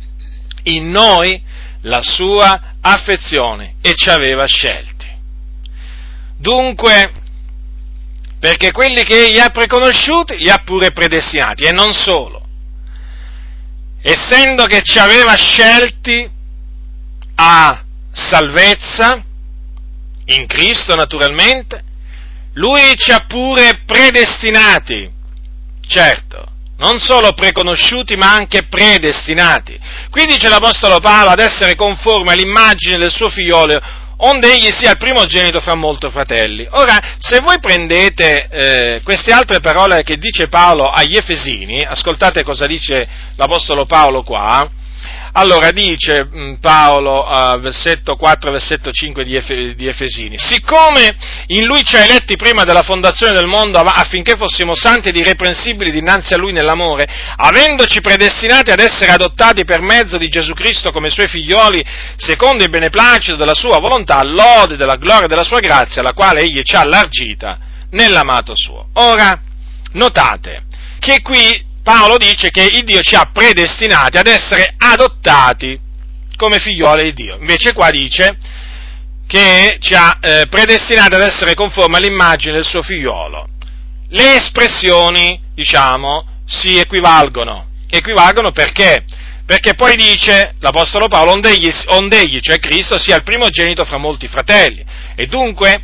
la sua affezione e ci aveva scelti. Dunque, perché quelli che Egli ha preconosciuti, li ha pure predestinati, e non solo. Essendo che ci aveva scelti a salvezza, in Cristo naturalmente, Lui ci ha pure predestinati, certo, non solo preconosciuti ma anche predestinati. Qui dice l'Apostolo Paolo ad essere conforme all'immagine del suo figliolo, onde egli sia il primogenito fra molti fratelli. Ora, se voi prendete queste altre parole che dice Paolo agli Efesini, ascoltate cosa dice l'Apostolo Paolo qua. Allora dice Paolo, versetto 4, versetto 5 di Efesini: siccome in Lui ci ha eletti prima della fondazione del mondo affinché fossimo santi ed irreprensibili dinanzi a Lui nell'amore, avendoci predestinati ad essere adottati per mezzo di Gesù Cristo come Suoi figlioli, secondo il beneplacito della Sua volontà, all'ode della gloria della Sua grazia, la quale Egli ci ha allargita nell'amato Suo. Ora, notate che qui Paolo dice che il Dio ci ha predestinati ad essere adottati come figlioli di Dio. Invece qua dice che ci ha predestinati ad essere conformi all'immagine del suo figliolo. Le espressioni, si equivalgono. Equivalgono perché? Perché poi dice l'Apostolo Paolo, onde egli, cioè Cristo, sia il primogenito fra molti fratelli. E dunque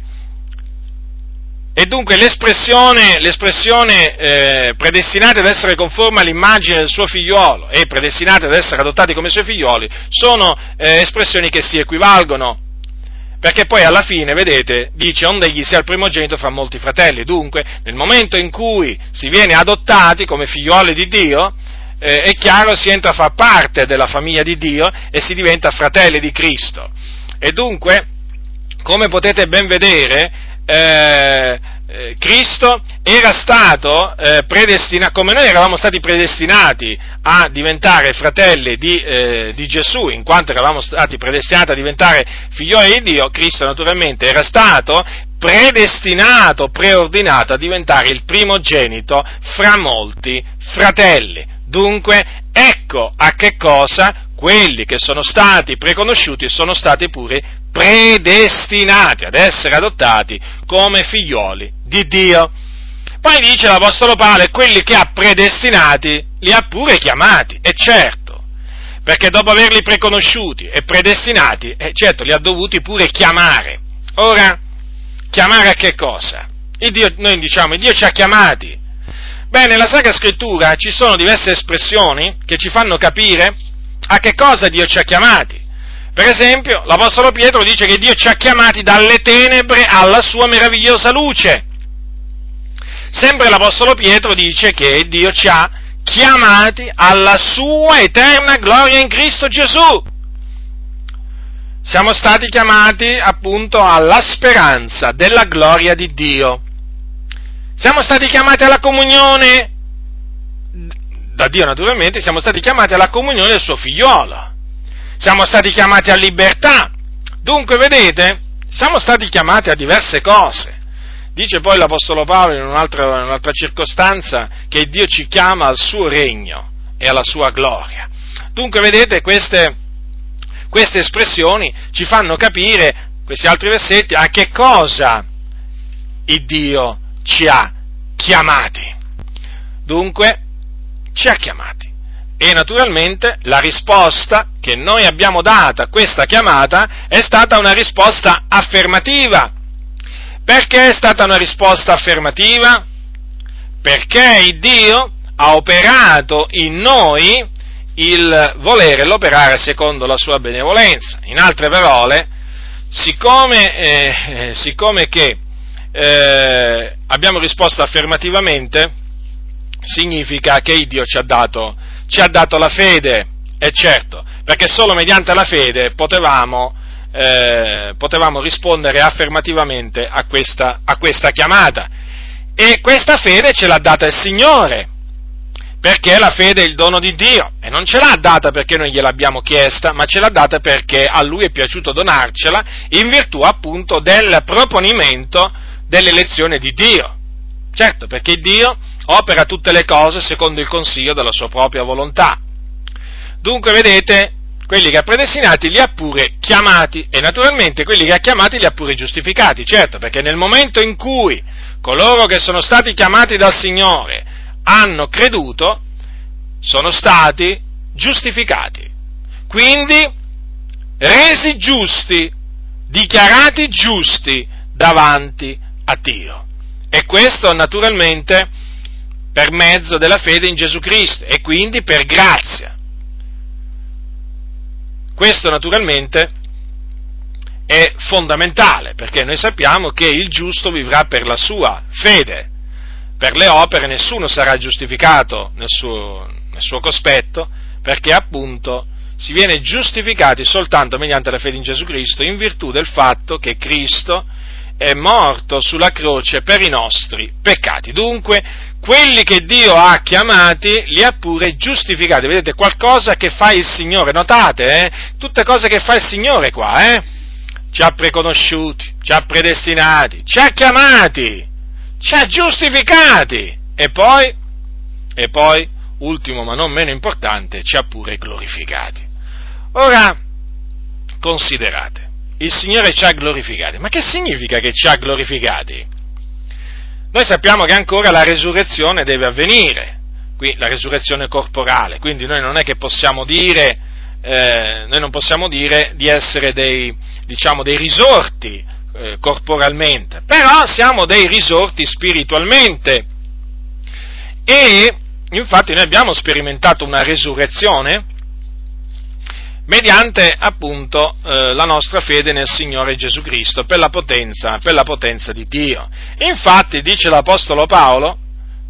l'espressione predestinati ad essere conformi all'immagine del suo figliolo e predestinati ad essere adottati come suoi figlioli sono espressioni che si equivalgono, perché poi alla fine, vedete, dice onde egli sia il primogenito fra molti fratelli. Dunque, nel momento in cui si viene adottati come figlioli di Dio, è chiaro, si entra a far parte della famiglia di Dio e si diventa fratelli di Cristo. E dunque, come potete ben vedere, Cristo era stato predestinato, come noi eravamo stati predestinati a diventare fratelli di Gesù, in quanto eravamo stati predestinati a diventare figlioli di Dio. Cristo naturalmente era stato predestinato, preordinato a diventare il primogenito fra molti fratelli. Dunque, ecco a che cosa quelli che sono stati preconosciuti sono stati pure predestinati ad essere adottati come figlioli di Dio. Poi dice l'Apostolo Paolo, e quelli che ha predestinati li ha pure chiamati, e certo, perché dopo averli preconosciuti e predestinati, certo, li ha dovuti pure chiamare. Ora, chiamare a che cosa? Noi diciamo, il Dio ci ha chiamati. Beh, nella Sacra Scrittura ci sono diverse espressioni che ci fanno capire a che cosa Dio ci ha chiamati. Per esempio, l'Apostolo Pietro dice che Dio ci ha chiamati dalle tenebre alla sua meravigliosa luce. Sempre l'Apostolo Pietro dice che Dio ci ha chiamati alla sua eterna gloria in Cristo Gesù. Siamo stati chiamati appunto alla speranza della gloria di Dio. Siamo stati chiamati alla comunione, da Dio naturalmente, siamo stati chiamati alla comunione del suo figliolo. Siamo stati chiamati a libertà. Dunque, vedete, siamo stati chiamati a diverse cose. Dice poi l'Apostolo Paolo in un'altra circostanza che Dio ci chiama al suo regno e alla sua gloria. Dunque, vedete, queste espressioni ci fanno capire, questi altri versetti, a che cosa il Dio ci ha chiamati. Dunque, ci ha chiamati. E naturalmente la risposta che noi abbiamo dato a questa chiamata è stata una risposta affermativa. Perché è stata una risposta affermativa? Perché il Dio ha operato in noi il volere e l'operare secondo la sua benevolenza. In altre parole, siccome che abbiamo risposto affermativamente, significa che Dio ci ha dato la fede, e certo, perché solo mediante la fede potevamo rispondere affermativamente a questa chiamata, e questa fede ce l'ha data il Signore, perché la fede è il dono di Dio, e non ce l'ha data perché noi gliel'abbiamo chiesta, ma ce l'ha data perché a Lui è piaciuto donarcela in virtù appunto del proponimento dell'elezione di Dio. Certo, perché Dio opera tutte le cose secondo il consiglio della sua propria volontà. Dunque, vedete, quelli che ha predestinati li ha pure chiamati, e naturalmente quelli che ha chiamati li ha pure giustificati, certo, perché nel momento in cui coloro che sono stati chiamati dal Signore hanno creduto, sono stati giustificati, quindi resi giusti, dichiarati giusti davanti a Dio. E questo naturalmente per mezzo della fede in Gesù Cristo, e quindi per grazia. Questo naturalmente è fondamentale, perché noi sappiamo che il giusto vivrà per la sua fede. Per le opere nessuno sarà giustificato nel suo cospetto, perché appunto si viene giustificati soltanto mediante la fede in Gesù Cristo, in virtù del fatto che Cristo è morto sulla croce per i nostri peccati. Dunque, quelli che Dio ha chiamati li ha pure giustificati. Vedete, qualcosa che fa il Signore, notate, tutte cose che fa il Signore qua, ci ha preconosciuti, ci ha predestinati, ci ha chiamati, ci ha giustificati, e poi, ultimo ma non meno importante, ci ha pure glorificati. Ora, considerate, il Signore ci ha glorificati, ma che significa che ci ha glorificati? Noi sappiamo che ancora la resurrezione deve avvenire, qui la resurrezione corporale, quindi noi non è che possiamo dire, noi non possiamo dire di essere dei risorti corporalmente, però siamo dei risorti spiritualmente, e infatti noi abbiamo sperimentato una resurrezione mediante appunto la nostra fede nel Signore Gesù Cristo, per la potenza di Dio. Infatti dice l'Apostolo Paolo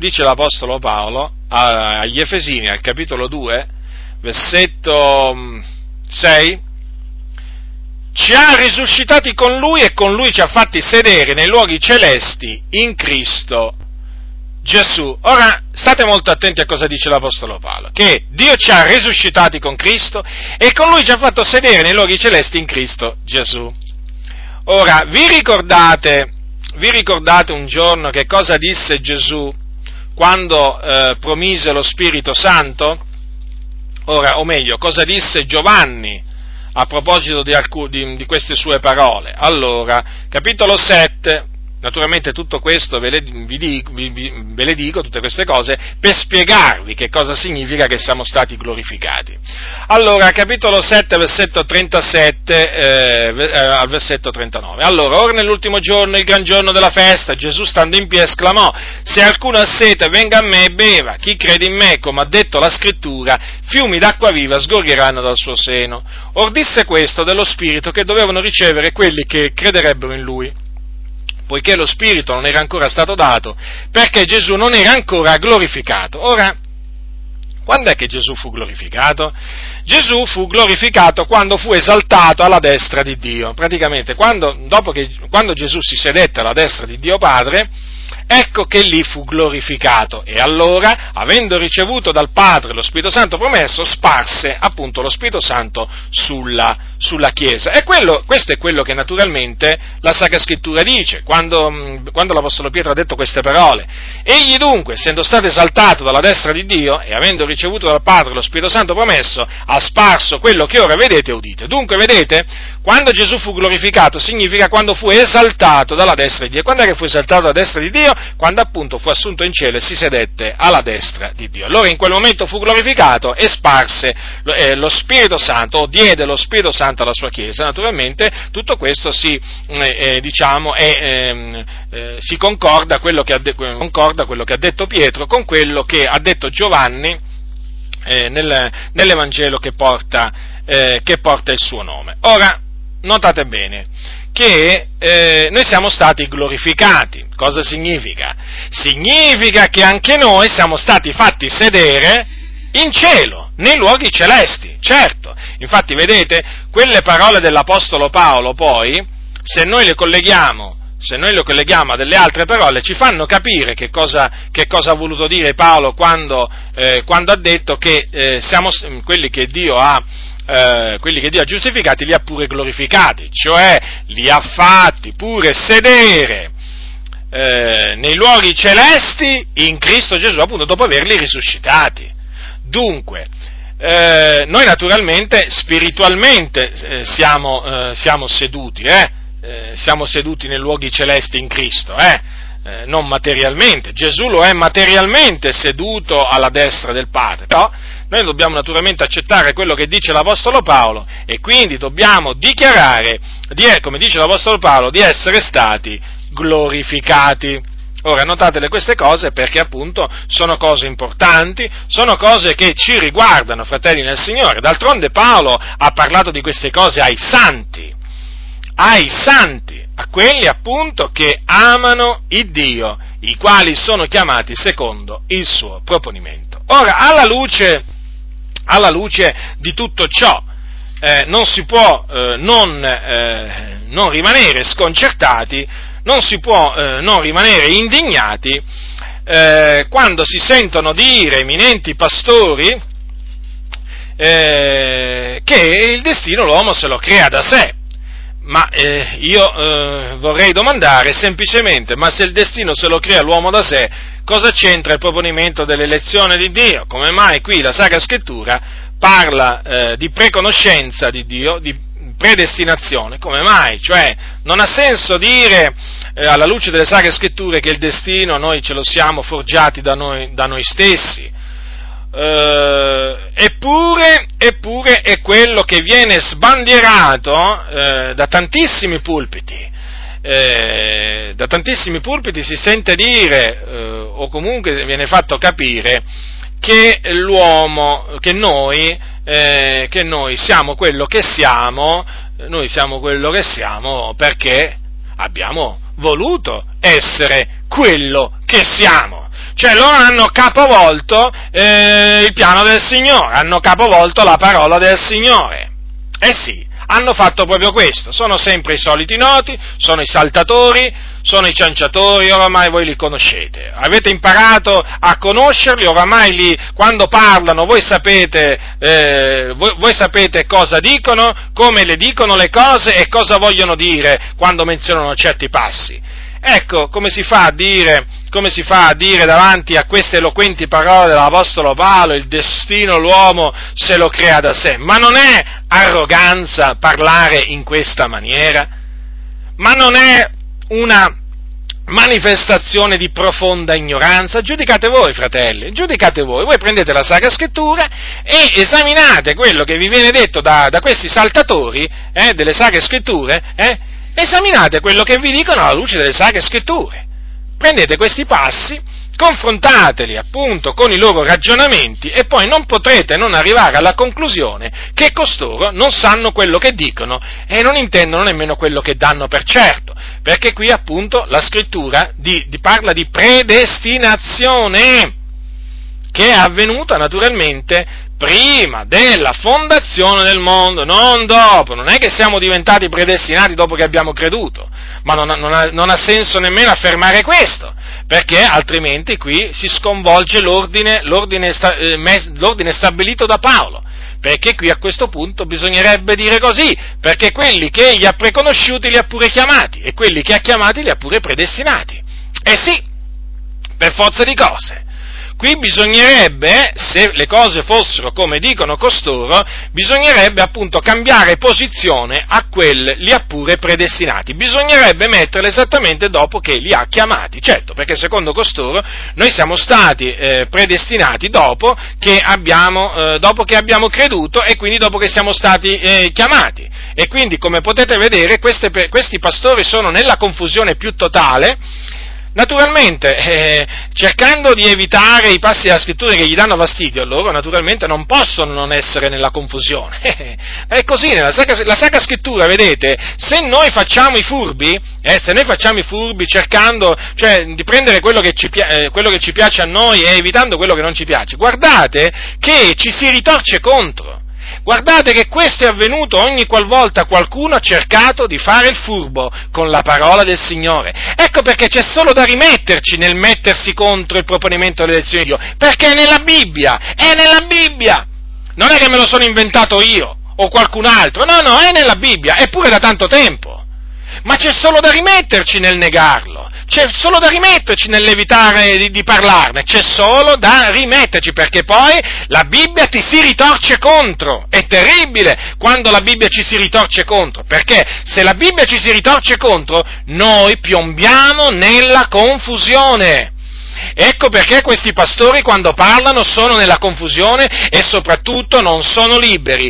agli Efesini, al capitolo 2, versetto 6, ci ha risuscitati con Lui e con Lui ci ha fatti sedere nei luoghi celesti in Cristo Gesù. Ora, state molto attenti a cosa dice l'Apostolo Paolo, che Dio ci ha risuscitati con Cristo e con Lui ci ha fatto sedere nei luoghi celesti in Cristo Gesù. Ora, vi ricordate un giorno che cosa disse Gesù quando promise lo Spirito Santo? Ora, o meglio, cosa disse Giovanni a proposito di queste sue parole? Allora, capitolo 7, naturalmente tutto questo ve le dico, tutte queste cose, per spiegarvi che cosa significa che siamo stati glorificati. Allora, capitolo 7, versetto 37 al versetto 39. Allora, ora nell'ultimo giorno, il gran giorno della festa, Gesù stando in piedi esclamò: se alcuno ha sete, venga a me e beva. Chi crede in me, come ha detto la Scrittura, fiumi d'acqua viva sgorgeranno dal suo seno. Or disse questo dello Spirito che dovevano ricevere quelli che crederebbero in Lui, poiché lo Spirito non era ancora stato dato, perché Gesù non era ancora glorificato. Ora, quando è che Gesù fu glorificato? Gesù fu glorificato quando fu esaltato alla destra di Dio. Praticamente, quando Gesù si sedette alla destra di Dio Padre, ecco che lì fu glorificato, e allora, avendo ricevuto dal Padre lo Spirito Santo promesso, sparse appunto lo Spirito Santo sulla Chiesa. E questo è quello che naturalmente la Sacra Scrittura dice, quando l'Apostolo Pietro ha detto queste parole. Egli dunque, essendo stato esaltato dalla destra di Dio, e avendo ricevuto dal Padre lo Spirito Santo promesso, ha sparso quello che ora vedete e udite. Dunque, vedete, Quando Gesù fu glorificato significa quando fu esaltato dalla destra di Dio. Quando è che fu esaltato dalla destra di Dio? Quando appunto fu assunto in cielo e si sedette alla destra di Dio. Allora in quel momento fu glorificato e sparse lo Spirito Santo, o diede lo Spirito Santo alla sua Chiesa. Naturalmente tutto questo si concorda quello che ha detto Pietro con quello che ha detto Giovanni nell'Evangelo che porta il suo nome. Ora, notate bene che noi siamo stati glorificati. Cosa significa? Significa che anche noi siamo stati fatti sedere in cielo, nei luoghi celesti, certo. Infatti, vedete, quelle parole dell'Apostolo Paolo, poi, se noi le colleghiamo a delle altre parole, ci fanno capire che cosa ha voluto dire Paolo quando ha detto che siamo quelli che Dio ha giustificati, li ha pure glorificati, cioè li ha fatti pure sedere nei luoghi celesti in Cristo Gesù, appunto dopo averli risuscitati. Dunque, noi naturalmente spiritualmente siamo seduti, siamo seduti nei luoghi celesti in Cristo, non materialmente. Gesù lo è materialmente seduto alla destra del Padre, però noi dobbiamo naturalmente accettare quello che dice l'Apostolo Paolo e quindi dobbiamo dichiarare, come dice l'Apostolo Paolo, di essere stati glorificati. Ora, notatele queste cose perché appunto sono cose importanti, sono cose che ci riguardano, fratelli nel Signore. D'altronde Paolo ha parlato di queste cose ai santi, a quelli appunto che amano il Dio, i quali sono chiamati secondo il suo proponimento. Ora, alla luce di tutto ciò, non si può non rimanere sconcertati, non si può non rimanere indignati quando si sentono dire eminenti pastori che il destino l'uomo se lo crea da sé. Ma io vorrei domandare semplicemente, ma se il destino se lo crea l'uomo da sé, cosa c'entra il proponimento dell'elezione di Dio? Come mai qui la Sacra Scrittura parla di preconoscenza di Dio, di predestinazione? Come mai? Cioè, non ha senso dire alla luce delle Sacre Scritture che il destino noi ce lo siamo forgiati da noi stessi. Eppure è quello che viene sbandierato da tantissimi pulpiti. Da tantissimi pulpiti si sente dire, o comunque viene fatto capire, che noi siamo quello che siamo, perché abbiamo voluto essere quello che siamo. Cioè loro hanno capovolto il piano del Signore, hanno capovolto la parola del Signore. Sì, hanno fatto proprio questo, sono sempre i soliti noti, sono i saltatori, sono i cianciatori, oramai voi li conoscete, avete imparato a conoscerli, oramai quando parlano voi sapete cosa dicono, come le dicono le cose e cosa vogliono dire quando menzionano certi passi. Ecco, come si fa a dire davanti a queste eloquenti parole dell'Apostolo Paolo, il destino l'uomo se lo crea da sé? Ma non è arroganza parlare in questa maniera? Ma non è una manifestazione di profonda ignoranza? Giudicate voi, fratelli, giudicate voi prendete la Sacra Scrittura e esaminate quello che vi viene detto da questi saltatori delle Sacre Scritture, esaminate quello che vi dicono alla luce delle Sacre Scritture. Prendete questi passi, confrontateli appunto con i loro ragionamenti e poi non potrete non arrivare alla conclusione che costoro non sanno quello che dicono e non intendono nemmeno quello che danno per certo, perché qui appunto la Scrittura parla di predestinazione che è avvenuta naturalmente prima della fondazione del mondo, non dopo. Non è che siamo diventati predestinati dopo che abbiamo creduto, ma non ha senso nemmeno affermare questo, perché altrimenti qui si sconvolge l'ordine stabilito da Paolo, perché qui a questo punto bisognerebbe dire così, perché quelli che egli ha preconosciuti li ha pure chiamati, e quelli che ha chiamati li ha pure predestinati. Sì, per forza di cose. Qui bisognerebbe, se le cose fossero come dicono costoro, bisognerebbe appunto cambiare posizione a quelli li ha pure predestinati, bisognerebbe metterli esattamente dopo che li ha chiamati, certo, perché secondo costoro noi siamo stati predestinati dopo che abbiamo creduto e quindi dopo che siamo stati chiamati, e quindi come potete vedere questi pastori sono nella confusione più totale. Naturalmente, cercando di evitare i passi della Scrittura che gli danno fastidio, loro naturalmente non possono non essere nella confusione. È così, la Sacra Scrittura, vedete, se noi facciamo i furbi cercando, cioè, di prendere quello che ci piace a noi e evitando quello che non ci piace, guardate che ci si ritorce contro. Guardate che questo è avvenuto ogni qualvolta qualcuno ha cercato di fare il furbo con la parola del Signore. Ecco perché c'è solo da rimetterci nel mettersi contro il proponimento dell'elezione di Dio, perché è nella Bibbia, non è che me lo sono inventato io o qualcun altro, no, è nella Bibbia, eppure da tanto tempo, ma c'è solo da rimetterci nel negarlo. C'è solo da rimetterci nell'evitare di parlarne, c'è solo da rimetterci, perché poi la Bibbia ti si ritorce contro. È terribile quando la Bibbia ci si ritorce contro, perché se la Bibbia ci si ritorce contro, noi piombiamo nella confusione. Ecco perché questi pastori quando parlano sono nella confusione e soprattutto non sono liberi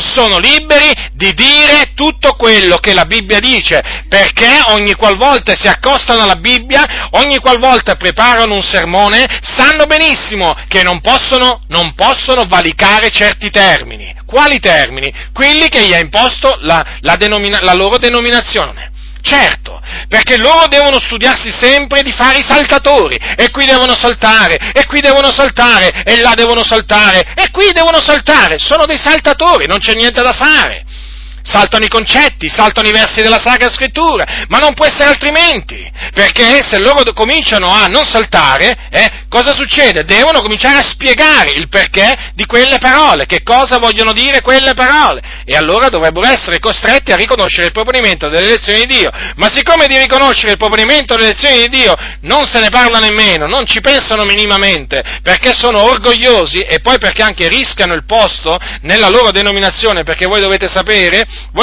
di dire tutto quello che la Bibbia dice, perché ogni qualvolta si accostano alla Bibbia, ogni qualvolta preparano un sermone, sanno benissimo che non possono valicare certi termini. Quali termini? Quelli che gli ha imposto la loro denominazione. Certo, perché loro devono studiarsi sempre di fare i saltatori, e qui devono saltare, e qui devono saltare, e là devono saltare, e qui devono saltare, sono dei saltatori, non c'è niente da fare. Saltano i concetti, saltano i versi della Sacra Scrittura, ma non può essere altrimenti, perché se loro cominciano a non saltare, cosa succede? Devono cominciare a spiegare il perché di quelle parole, che cosa vogliono dire quelle parole, e allora dovrebbero essere costretti a riconoscere il proponimento dell'elezione di Dio, ma siccome di riconoscere il proponimento dell'elezione di Dio non se ne parla nemmeno, non ci pensano minimamente, perché sono orgogliosi e poi perché anche rischiano il posto nella loro denominazione, perché voi dovete sapere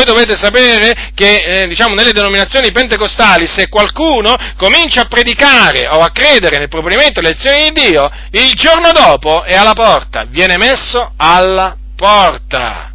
che, nelle denominazioni pentecostali, se qualcuno comincia a predicare o a credere nel proponimento dell'elezione di Dio, il giorno dopo è alla porta, viene messo alla porta.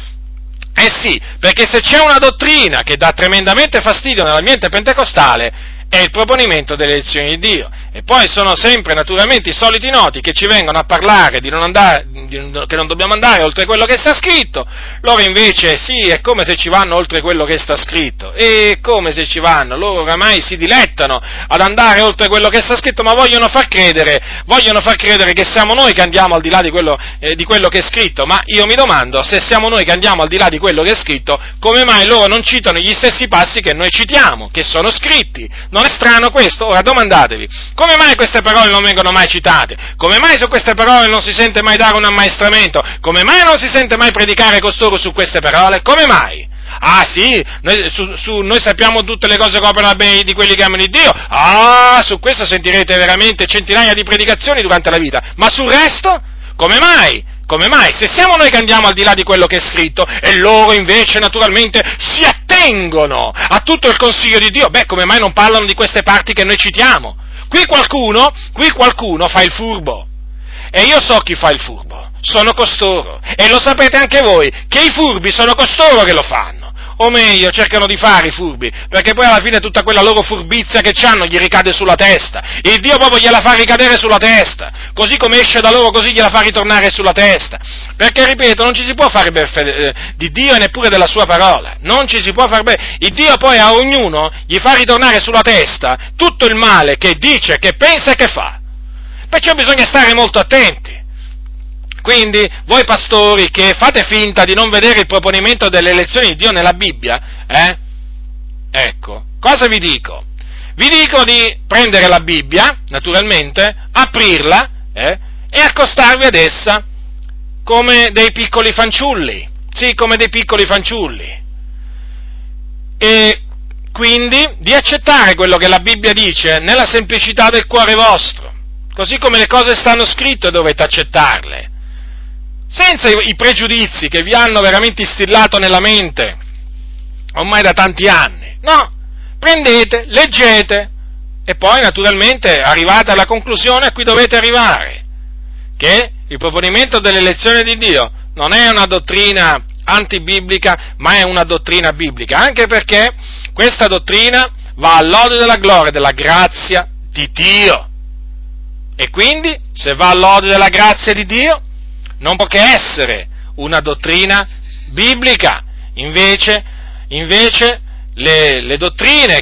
Eh sì, perché se c'è una dottrina che dà tremendamente fastidio nell'ambiente pentecostale, è il proponimento dell'elezione di Dio. E poi sono sempre naturalmente i soliti noti che ci vengono a parlare che non dobbiamo andare oltre quello che sta scritto. Loro invece sì, è come se ci vanno oltre quello che sta scritto, è come se ci vanno, loro oramai si dilettano ad andare oltre quello che sta scritto, ma vogliono far credere che siamo noi che andiamo al di là di quello che è scritto. Ma io mi domando, se siamo noi che andiamo al di là di quello che è scritto, come mai loro non citano gli stessi passi che noi citiamo, che sono scritti? Non è strano questo? Ora domandatevi, come mai queste parole non vengono mai citate? Come mai su queste parole non si sente mai dare un ammaestramento? Come mai non si sente mai predicare costoro su queste parole? Come mai? Ah sì, noi sappiamo tutte le cose che operano a bene di quelli che amano il Dio. Ah, su questo sentirete veramente centinaia di predicazioni durante la vita. Ma sul resto? Come mai? Come mai? Se siamo noi che andiamo al di là di quello che è scritto e loro invece naturalmente si attengono a tutto il consiglio di Dio, come mai non parlano di queste parti che noi citiamo? Qui qualcuno fa il furbo, e io so chi fa il furbo, sono costoro, e lo sapete anche voi, che i furbi sono costoro che lo fanno. O meglio, cercano di fare i furbi, perché poi alla fine tutta quella loro furbizia che c'hanno gli ricade sulla testa, il Dio proprio gliela fa ricadere sulla testa, così come esce da loro così gliela fa ritornare sulla testa, perché ripeto, non ci si può fare beffe di Dio e neppure della sua parola, non ci si può fare beffe, il Dio poi a ognuno gli fa ritornare sulla testa tutto il male che dice, che pensa e che fa, perciò bisogna stare molto attenti. Quindi, voi pastori che fate finta di non vedere il proponimento delle elezioni di Dio nella Bibbia, ecco, cosa vi dico? Vi dico di prendere la Bibbia, naturalmente, aprirla, e accostarvi ad essa come dei piccoli fanciulli, sì, come dei piccoli fanciulli, e quindi di accettare quello che la Bibbia dice nella semplicità del cuore vostro, così come le cose stanno scritte dovete accettarle, senza i pregiudizi che vi hanno veramente instillato nella mente ormai da tanti anni. No, prendete, leggete e poi naturalmente arrivate alla conclusione a cui dovete arrivare, che il proponimento dell'elezione di Dio non è una dottrina antibiblica, ma è una dottrina biblica, anche perché questa dottrina va all'ode della gloria e della grazia di Dio. E quindi, se va all'ode della grazia di Dio, non può che essere una dottrina biblica. Invece le dottrine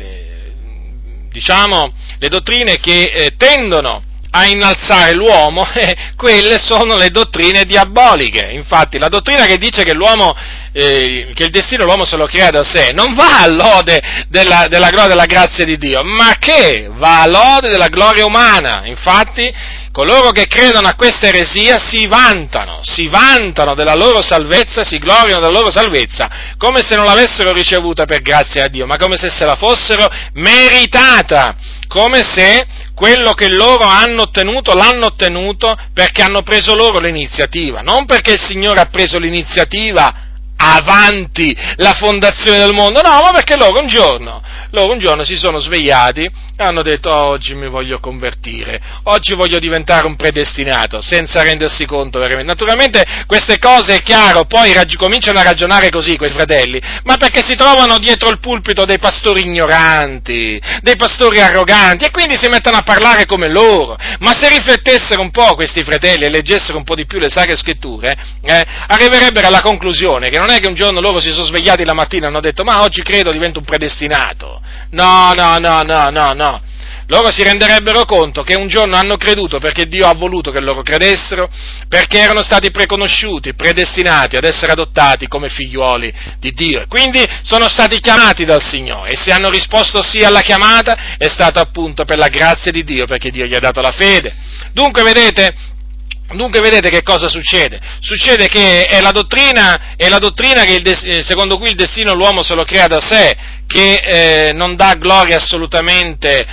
che tendono a innalzare l'uomo, quelle sono le dottrine diaboliche. Infatti la dottrina che dice che che il destino dell'uomo se lo crea da sé, non va all'ode della gloria e della grazia di Dio, ma che va all'ode della gloria umana. Infatti coloro che credono a questa eresia si vantano della loro salvezza, si gloriano della loro salvezza, come se non l'avessero ricevuta per grazia di Dio, ma come se la fossero meritata, come se quello che loro hanno ottenuto l'hanno ottenuto perché hanno preso loro l'iniziativa, non perché il Signore ha preso l'iniziativa avanti la fondazione del mondo, no, ma perché loro un giorno si sono svegliati e hanno detto: oggi mi voglio convertire, oggi voglio diventare un predestinato, senza rendersi conto veramente. Naturalmente queste cose, è chiaro, poi cominciano a ragionare così quei fratelli, ma perché si trovano dietro il pulpito dei pastori ignoranti, dei pastori arroganti, e quindi si mettono a parlare come loro. Ma se riflettessero un po' questi fratelli e leggessero un po' di più le Sacre Scritture, arriverebbero alla conclusione che non è che un giorno loro si sono svegliati la mattina e hanno detto: ma oggi credo, divento un predestinato. No. Loro si renderebbero conto che un giorno hanno creduto perché Dio ha voluto che loro credessero, perché erano stati preconosciuti, predestinati ad essere adottati come figliuoli di Dio. E quindi sono stati chiamati dal Signore, e se hanno risposto sì alla chiamata è stato appunto per la grazia di Dio, perché Dio gli ha dato la fede. Dunque vedete che cosa succede? Succede che è la dottrina che secondo cui il destino l'uomo se lo crea da sé, che non dà gloria assolutamente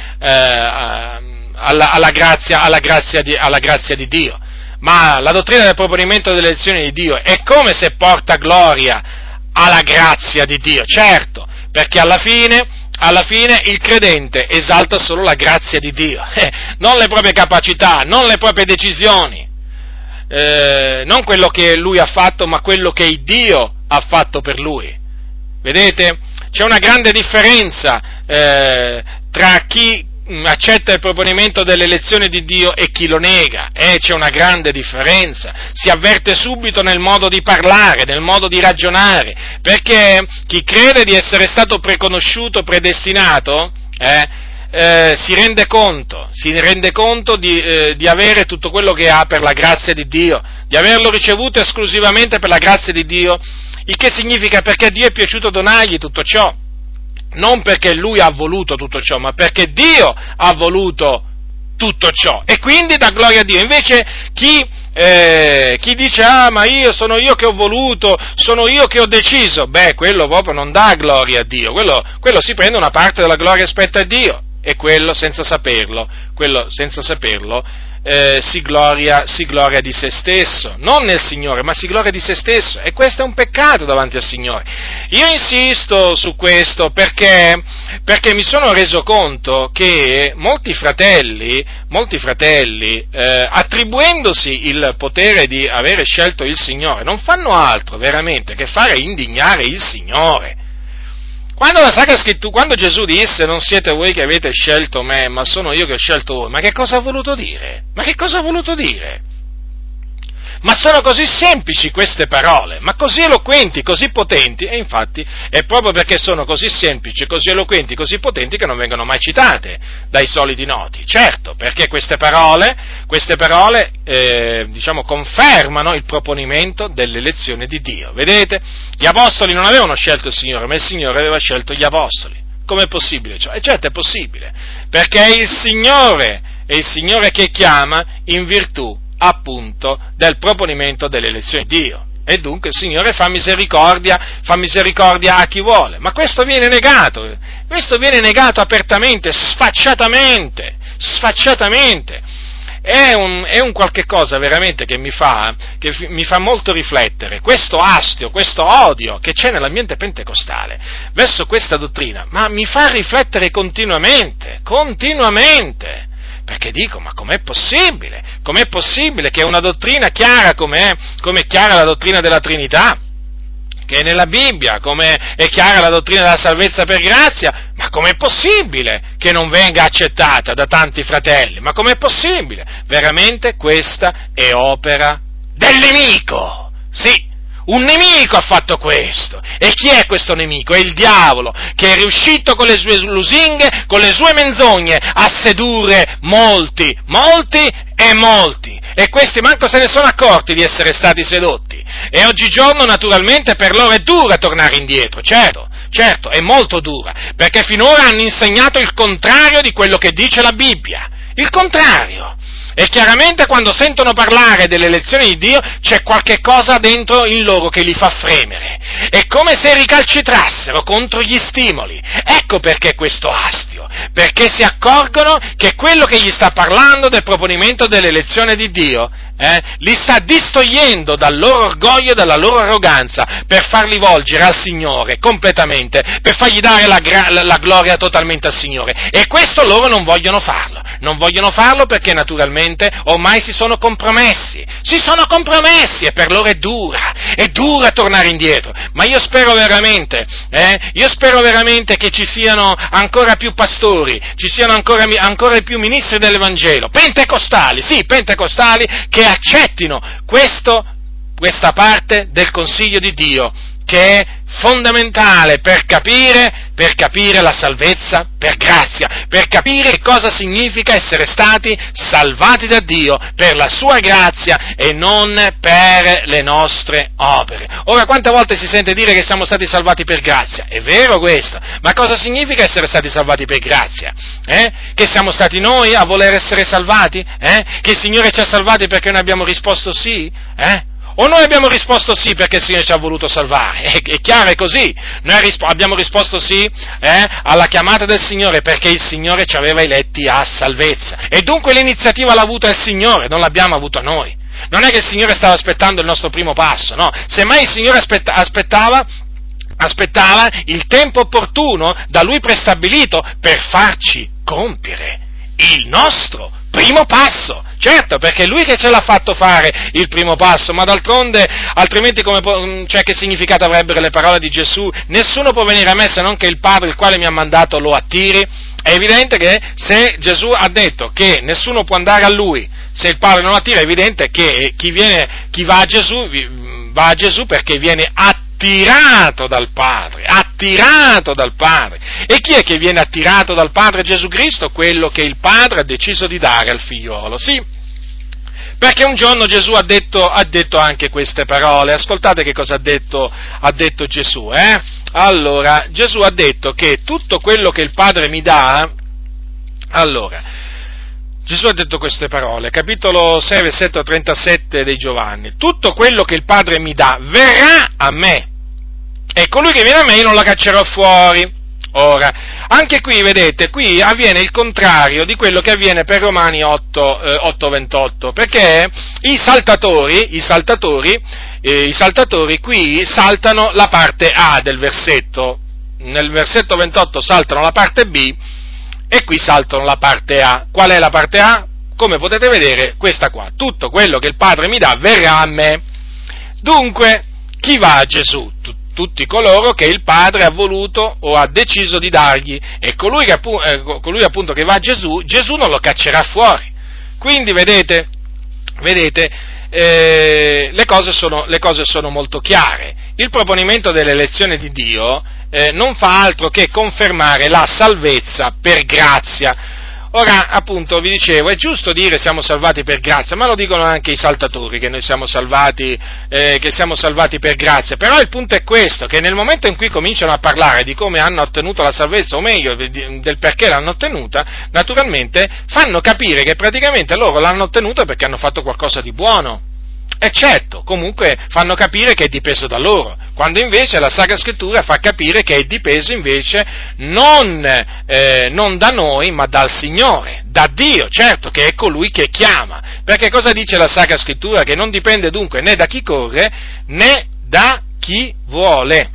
alla grazia di Dio. Ma la dottrina del proponimento dell'elezione di Dio è come se porta gloria alla grazia di Dio, certo, perché alla fine il credente esalta solo la grazia di Dio, non le proprie capacità, non le proprie decisioni. Non quello che lui ha fatto, ma quello che Dio ha fatto per lui. Vedete? C'è una grande differenza tra chi accetta il proponimento dell'elezione di Dio e chi lo nega, c'è una grande differenza, si avverte subito nel modo di parlare, nel modo di ragionare, perché chi crede di essere stato preconosciuto, predestinato, si rende conto di avere tutto quello che ha per la grazia di Dio, di averlo ricevuto esclusivamente per la grazia di Dio, il che significa perché Dio è piaciuto donargli tutto ciò, non perché Lui ha voluto tutto ciò, ma perché Dio ha voluto tutto ciò, e quindi dà gloria a Dio. Invece chi dice: ma sono io che ho voluto, sono io che ho deciso, quello proprio non dà gloria a Dio, quello si prende una parte della gloria spetta a Dio, e quello senza saperlo si gloria di se stesso, non nel Signore, ma si gloria di se stesso, e questo è un peccato davanti al Signore. Io insisto su questo perché mi sono reso conto che molti fratelli, attribuendosi il potere di avere scelto il Signore, non fanno altro veramente che fare indignare il Signore. Quando Gesù disse: non siete voi che avete scelto me, ma sono io che ho scelto voi, ma che cosa ha voluto dire? Ma sono così semplici queste parole, ma così eloquenti, così potenti, e infatti è proprio perché sono così semplici, così eloquenti, così potenti che non vengono mai citate dai soliti noti. Certo, perché queste parole confermano il proponimento dell'elezione di Dio. Vedete? Gli apostoli non avevano scelto il Signore, ma il Signore aveva scelto gli apostoli. Com'è possibile ciò? E certo è possibile, perché è il Signore che chiama in virtù appunto del proponimento dell'elezione di Dio, e dunque il Signore fa misericordia a chi vuole, ma questo viene negato apertamente, sfacciatamente, è un qualche cosa veramente che mi fa molto riflettere, questo astio, questo odio che c'è nell'ambiente pentecostale verso questa dottrina, ma mi fa riflettere continuamente, perché dico, ma com'è possibile? Com'è possibile che una dottrina chiara come è chiara la dottrina della Trinità, che è nella Bibbia, come è chiara la dottrina della salvezza per grazia, ma com'è possibile che non venga accettata da tanti fratelli? Ma com'è possibile? Veramente questa è opera del nemico! Sì! Un nemico ha fatto questo. E chi è questo nemico? È il diavolo, che è riuscito con le sue lusinghe, con le sue menzogne, a sedurre molti. E questi manco se ne sono accorti di essere stati sedotti. E oggigiorno, naturalmente, per loro è dura tornare indietro, certo, è molto dura, perché finora hanno insegnato il contrario di quello che dice la Bibbia. Il contrario. E chiaramente quando sentono parlare delle elezioni di Dio c'è qualche cosa dentro in loro che li fa fremere. È come se ricalcitrassero contro gli stimoli. Ecco perché questo astio. Perché si accorgono che quello che gli sta parlando del proponimento dell'elezione di Dio li sta distogliendo dal loro orgoglio e dalla loro arroganza per farli volgere al Signore completamente, per fargli dare la gloria totalmente al Signore. E questo loro non vogliono farlo. Non vogliono farlo perché naturalmente ormai si sono compromessi e per loro è dura tornare indietro. Ma io spero veramente che ci siano ancora più pastori, ci siano ancora più ministri dell'Evangelo, pentecostali, che accettino questa parte del consiglio di Dio, che è fondamentale per capire la salvezza per grazia, per capire che cosa significa essere stati salvati da Dio per la sua grazia e non per le nostre opere. Ora, quante volte si sente dire che siamo stati salvati per grazia? È vero questo, ma cosa significa essere stati salvati per grazia? Che siamo stati noi a voler essere salvati? Che il Signore ci ha salvati perché noi abbiamo risposto sì? O noi abbiamo risposto sì perché il Signore ci ha voluto salvare? È chiaro, è così. Noi abbiamo risposto sì alla chiamata del Signore perché il Signore ci aveva eletti a salvezza. E dunque l'iniziativa l'ha avuta il Signore, non l'abbiamo avuta noi. Non è che il Signore stava aspettando il nostro primo passo, no. Semmai il Signore aspettava il tempo opportuno da Lui prestabilito per farci compiere il nostro primo passo. Certo, perché è Lui che ce l'ha fatto fare il primo passo, ma d'altronde, altrimenti che significato avrebbero le parole di Gesù? Nessuno può venire a me se non che il Padre, il quale mi ha mandato, lo attiri. È evidente che se Gesù ha detto che nessuno può andare a Lui se il Padre non lo attira, è evidente che chi va a Gesù perché viene attirato dal Padre. E chi è che viene attirato dal Padre? Gesù Cristo, quello che il Padre ha deciso di dare al figliolo, sì. Perché un giorno Gesù ha detto anche queste parole. Ascoltate che cosa ha detto Gesù, Allora, Gesù ha detto che tutto quello che il Padre mi dà, Gesù ha detto queste parole, capitolo 6, versetto 37 dei Giovanni: tutto quello che il Padre mi dà verrà a me, e colui che viene a me io non lo caccerò fuori. Ora, anche qui, vedete, qui avviene il contrario di quello che avviene per Romani 8:28, perché i saltatori qui saltano la parte A del versetto, nel versetto 28 saltano la parte B, e qui saltano la parte A. Qual è la parte A? Come potete vedere, questa qua: tutto quello che il Padre mi dà verrà a me. Dunque, chi va a Gesù? Tutti coloro che il Padre ha voluto o ha deciso di dargli, e colui appunto che va a Gesù, Gesù non lo caccerà fuori. Quindi vedete, le cose sono molto chiare. Il proponimento dell'elezione di Dio non fa altro che confermare la salvezza per grazia. Ora, appunto, vi dicevo, è giusto dire siamo salvati per grazia, ma lo dicono anche i saltatori, che noi siamo salvati per grazia. Però il punto è questo, che nel momento in cui cominciano a parlare di come hanno ottenuto la salvezza, o meglio, del perché l'hanno ottenuta, naturalmente fanno capire che praticamente loro l'hanno ottenuta perché hanno fatto qualcosa di buono. E certo, comunque fanno capire che è dipeso da loro, quando invece la Sacra Scrittura fa capire che è dipeso invece non da noi, ma dal Signore, da Dio, certo, che è colui che chiama. Perché cosa dice la Sacra Scrittura? Che non dipende dunque né da chi corre, né da chi vuole,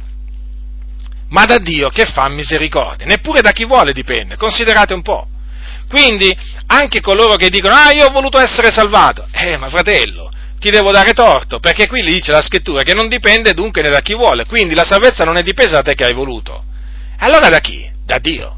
ma da Dio che fa misericordia. Neppure da chi vuole dipende, considerate un po'. Quindi, anche coloro che dicono, io ho voluto essere salvato, ma fratello, ti devo dare torto, perché qui dice la Scrittura che non dipende dunque né da chi vuole, quindi la salvezza non è dipesa da te che hai voluto. Allora da chi? Da Dio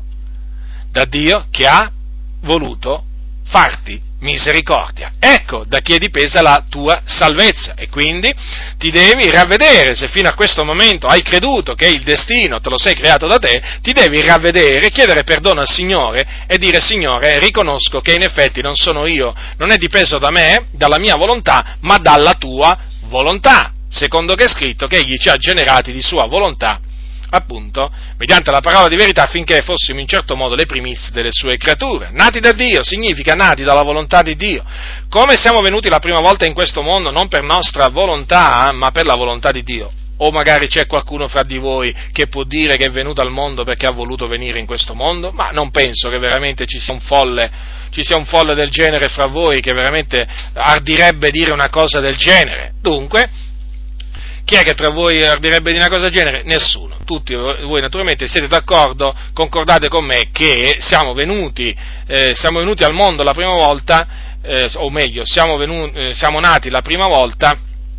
che ha voluto farti misericordia. Ecco da chi è dipesa la tua salvezza, e quindi ti devi ravvedere. Se fino a questo momento hai creduto che il destino te lo sei creato da te, ti devi ravvedere, chiedere perdono al Signore e dire: Signore, riconosco che in effetti non sono io, non è dipeso da me, dalla mia volontà, ma dalla tua volontà, secondo che è scritto che Egli ci ha generati di sua volontà, appunto, mediante la parola di verità, affinché fossimo in certo modo le primizie delle sue creature. Nati da Dio significa nati dalla volontà di Dio. Come siamo venuti la prima volta in questo mondo, non per nostra volontà, ma per la volontà di Dio. O magari c'è qualcuno fra di voi che può dire che è venuto al mondo perché ha voluto venire in questo mondo? Ma non penso che veramente ci sia un folle del genere fra voi che veramente ardirebbe dire una cosa del genere. Dunque, chi è che tra voi ardirebbe di una cosa del genere? Nessuno. Tutti voi naturalmente siete d'accordo, concordate con me che siamo venuti al mondo la prima volta, o meglio, siamo nati la prima volta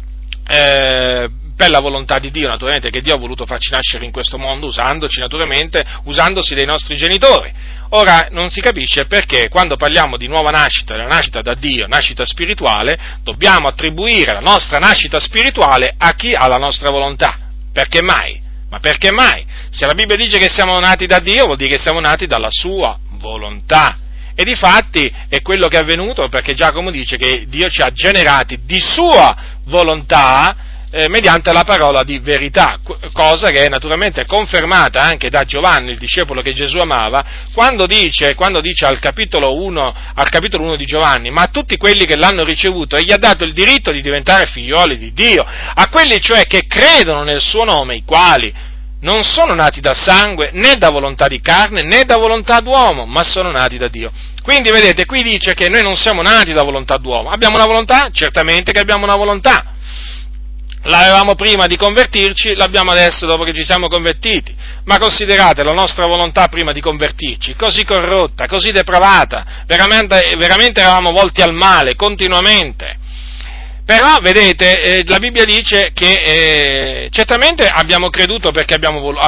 per la volontà di Dio, naturalmente, che Dio ha voluto farci nascere in questo mondo, usandosi dei nostri genitori. Ora, non si capisce perché quando parliamo di nuova nascita, della nascita da Dio, nascita spirituale, dobbiamo attribuire la nostra nascita spirituale a chi ha la nostra volontà. Perché mai? Ma perché mai? Se la Bibbia dice che siamo nati da Dio, vuol dire che siamo nati dalla sua volontà. E difatti è quello che è avvenuto, perché Giacomo dice che Dio ci ha generati di sua volontà mediante la parola di verità, cosa che è naturalmente confermata anche da Giovanni, il discepolo che Gesù amava, quando dice al capitolo 1 di Giovanni: ma a tutti quelli che l'hanno ricevuto egli ha dato il diritto di diventare figlioli di Dio, a quelli cioè che credono nel suo nome, i quali non sono nati da sangue, né da volontà di carne, né da volontà d'uomo, ma sono nati da Dio. Quindi vedete, qui dice che noi non siamo nati da volontà d'uomo. Abbiamo una volontà? Certamente che abbiamo una volontà. L'avevamo prima di convertirci, l'abbiamo adesso dopo che ci siamo convertiti. Ma considerate la nostra volontà prima di convertirci, così corrotta, così depravata, veramente eravamo volti al male, continuamente. Però, vedete, la Bibbia dice che certamente abbiamo creduto perché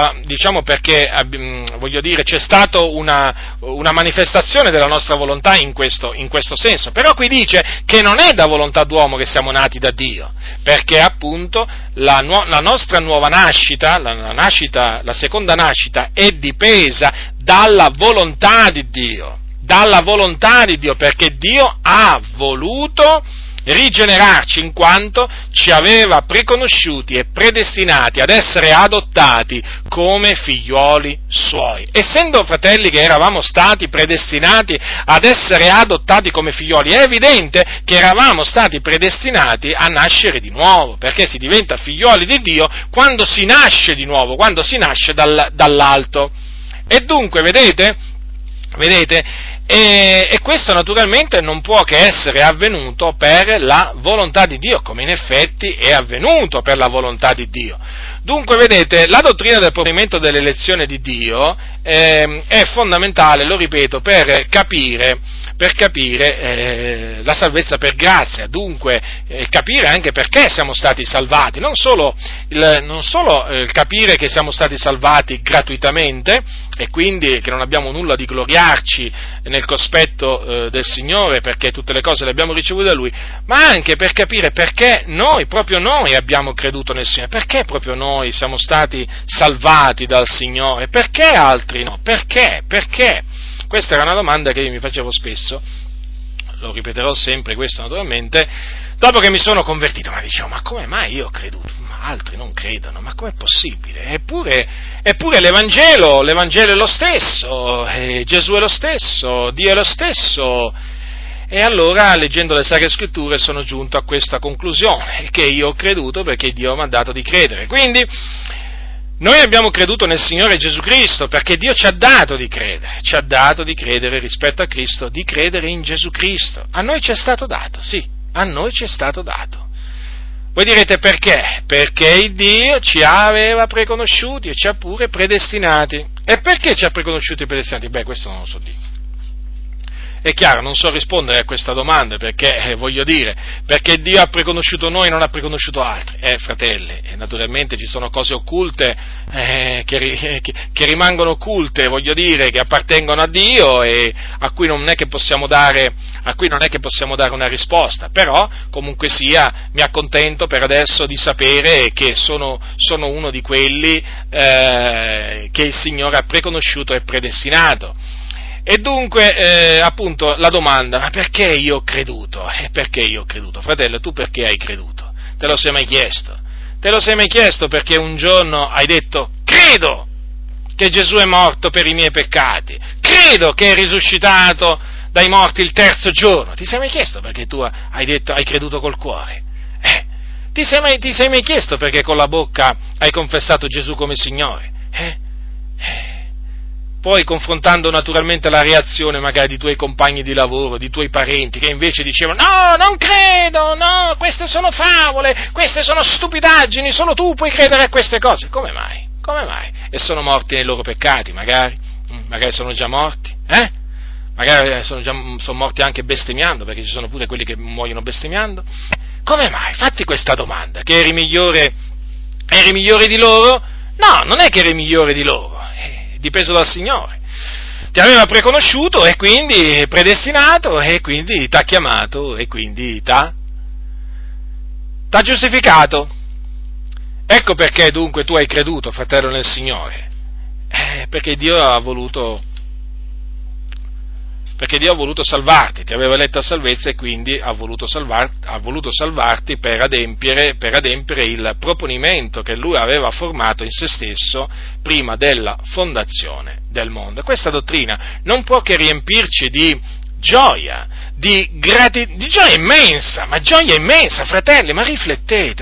voglio dire, c'è stata una manifestazione della nostra volontà in questo senso. Però qui dice che non è da volontà d'uomo che siamo nati da Dio, perché appunto la nostra nuova nascita, la seconda nascita, è dipesa dalla volontà di Dio, perché Dio ha voluto rigenerarci in quanto ci aveva preconosciuti e predestinati ad essere adottati come figlioli suoi. Essendo, fratelli, che eravamo stati predestinati ad essere adottati come figlioli, è evidente che eravamo stati predestinati a nascere di nuovo, perché si diventa figlioli di Dio quando si nasce di nuovo, quando si nasce dall'alto. E dunque, vedete? E questo naturalmente non può che essere avvenuto per la volontà di Dio, come in effetti è avvenuto per la volontà di Dio. Dunque, vedete, la dottrina del provvedimento dell'elezione di Dio è fondamentale, lo ripeto, per capire la salvezza per grazia, dunque capire anche perché siamo stati salvati, non solo capire che siamo stati salvati gratuitamente e quindi che non abbiamo nulla di gloriarci nel cospetto del Signore, perché tutte le cose le abbiamo ricevute da Lui, ma anche per capire perché proprio noi abbiamo creduto nel Signore, perché proprio noi siamo stati salvati dal Signore, perché altri no, perché? Questa era una domanda che io mi facevo spesso, lo ripeterò sempre questo naturalmente, dopo che mi sono convertito, ma dicevo, ma come mai io ho creduto? Ma altri non credono, ma com'è possibile? Eppure l'Evangelo è lo stesso, Gesù è lo stesso, Dio è lo stesso, E allora, leggendo le Sacre Scritture, sono giunto a questa conclusione, che io ho creduto perché Dio mi ha dato di credere. Quindi, noi abbiamo creduto nel Signore Gesù Cristo perché Dio ci ha dato di credere rispetto a Cristo, di credere in Gesù Cristo. A noi ci è stato dato, sì, a noi ci è stato dato. Voi direte perché? Perché Dio ci aveva preconosciuti e ci ha pure predestinati. E perché ci ha preconosciuti e predestinati? Beh, questo non lo so dire. È chiaro, non so rispondere a questa domanda perché, voglio dire, perché Dio ha preconosciuto noi e non ha preconosciuto altri. Fratelli, naturalmente ci sono cose occulte che rimangono occulte, voglio dire, che appartengono a Dio e a cui non è che possiamo dare una risposta, però comunque sia mi accontento per adesso di sapere che sono uno di quelli che il Signore ha preconosciuto e predestinato. E dunque, appunto, la domanda, ma perché io ho creduto? Perché io ho creduto? Fratello, tu perché hai creduto? Te lo sei mai chiesto? Te lo sei mai chiesto perché un giorno hai detto, credo che Gesù è morto per i miei peccati, credo che è risuscitato dai morti il terzo giorno? Ti sei mai chiesto perché tu hai creduto col cuore? Ti sei mai chiesto perché con la bocca hai confessato Gesù come Signore? Poi confrontando naturalmente la reazione magari di tuoi compagni di lavoro, di tuoi parenti, che invece dicevano no, non credo, no, queste sono favole, queste sono stupidaggini, solo tu puoi credere a queste cose. Come mai? Come mai? E sono morti nei loro peccati, magari sono già morti, magari sono morti anche bestemmiando, perché ci sono pure quelli che muoiono bestemmiando. Come mai? Fatti questa domanda, che eri migliore di loro? No, non è che eri migliore di loro. Dipeso dal Signore, ti aveva preconosciuto e quindi predestinato e quindi t'ha chiamato e quindi t'ha giustificato. Ecco perché dunque tu hai creduto, fratello nel Signore, perché Dio ha voluto salvarti, ti aveva eletto a salvezza e quindi ha voluto salvarti per adempiere il proponimento che Lui aveva formato in se stesso prima della fondazione del mondo. Questa dottrina non può che riempirci di gioia, di gioia immensa, fratelli, ma riflettete,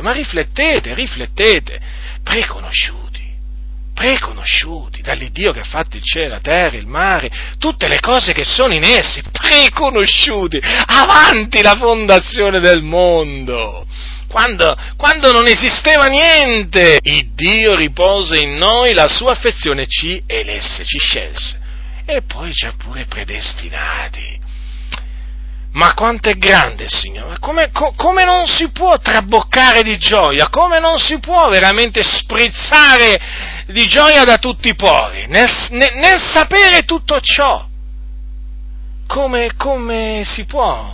preconosciuti dall'Iddio che ha fatto il cielo, la terra, il mare, tutte le cose che sono in essi, preconosciuti, avanti la fondazione del mondo, quando non esisteva niente, il Dio ripose in noi la sua affezione, ci elesse, ci scelse, e poi ci ha pure predestinati. Ma quanto è grande il Signore, come non si può traboccare di gioia, come non si può veramente sprizzare di gioia da tutti i pori, nel sapere tutto ciò. Come si può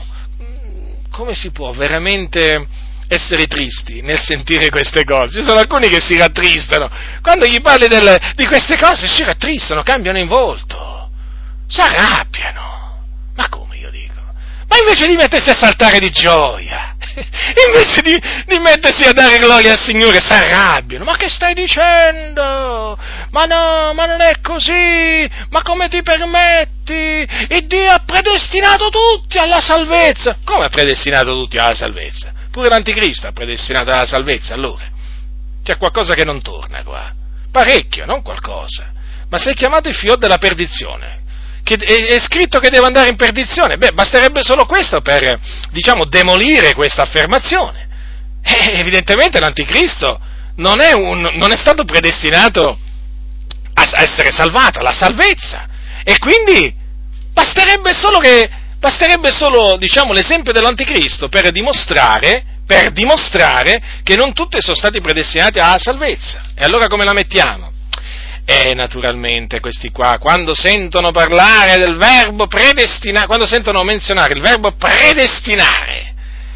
veramente essere tristi nel sentire queste cose? Ci sono alcuni che si rattristano, quando gli parli di queste cose si rattristano, cambiano in volto, si arrabbiano, ma come io dico? Ma invece di mettersi a saltare di gioia, invece di mettersi a dare gloria al Signore, si arrabbiano. Ma che stai dicendo? Ma no, ma non è così, ma come ti permetti? Il Dio ha predestinato tutti alla salvezza. Come ha predestinato tutti alla salvezza? Pure l'Anticristo ha predestinato alla salvezza, allora. C'è qualcosa che non torna qua. Parecchio, non qualcosa. Ma sei chiamato il figlio della perdizione. Che è scritto che deve andare in perdizione, basterebbe solo questo per, demolire questa affermazione. Evidentemente l'Anticristo non è stato predestinato a essere salvato, alla salvezza, e quindi basterebbe solo, l'esempio dell'Anticristo per dimostrare che non tutti sono stati predestinati alla salvezza. E allora come la mettiamo? E naturalmente questi qua, quando sentono parlare del verbo predestinare, quando sentono menzionare il verbo predestinare,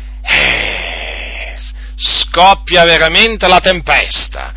scoppia veramente la tempesta.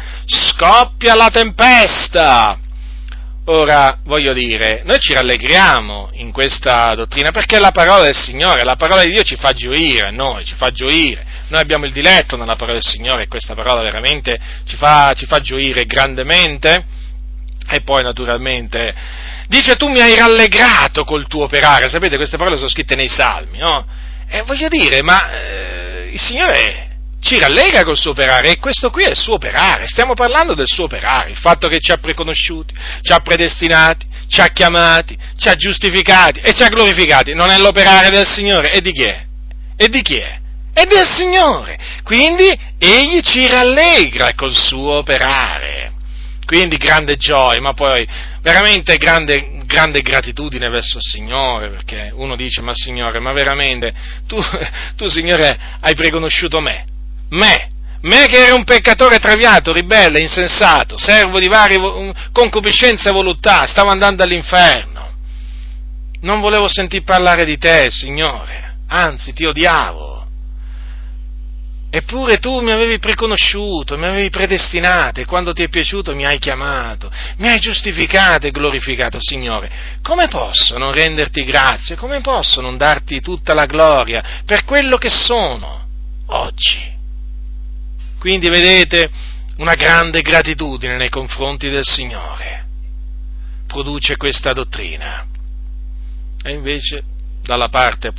Ora, voglio dire, noi ci rallegriamo in questa dottrina perché la parola del Signore, la parola di Dio ci fa gioire, noi abbiamo il diletto nella parola del Signore e questa parola veramente ci fa gioire grandemente. E poi naturalmente Dice, tu mi hai rallegrato col tuo operare. Sapete, queste parole sono scritte nei Salmi, no? E voglio dire, il Signore ci rallegra col suo operare, e questo qui è il suo operare. Stiamo parlando del suo operare, il fatto che ci ha preconosciuti, ci ha predestinati, ci ha chiamati, ci ha giustificati e ci ha glorificati. Non è l'operare del Signore? E di chi è? E di chi è? È del Signore. Quindi Egli ci rallegra col suo operare. Quindi grande gioia, ma poi veramente grande gratitudine verso il Signore, perché uno dice, ma Signore, ma veramente, tu Signore hai preconosciuto me che ero un peccatore traviato, ribelle, insensato, servo di varie concupiscenze e voluttà, stavo andando all'inferno, non volevo sentir parlare di te, Signore, anzi ti odiavo. Eppure tu mi avevi preconosciuto, mi avevi predestinato, e quando ti è piaciuto mi hai chiamato, mi hai giustificato e glorificato. Signore, come posso non renderti grazie? Come posso non darti tutta la gloria per quello che sono oggi? Quindi vedete, una grande gratitudine nei confronti del Signore produce questa dottrina. E invece, dalla parte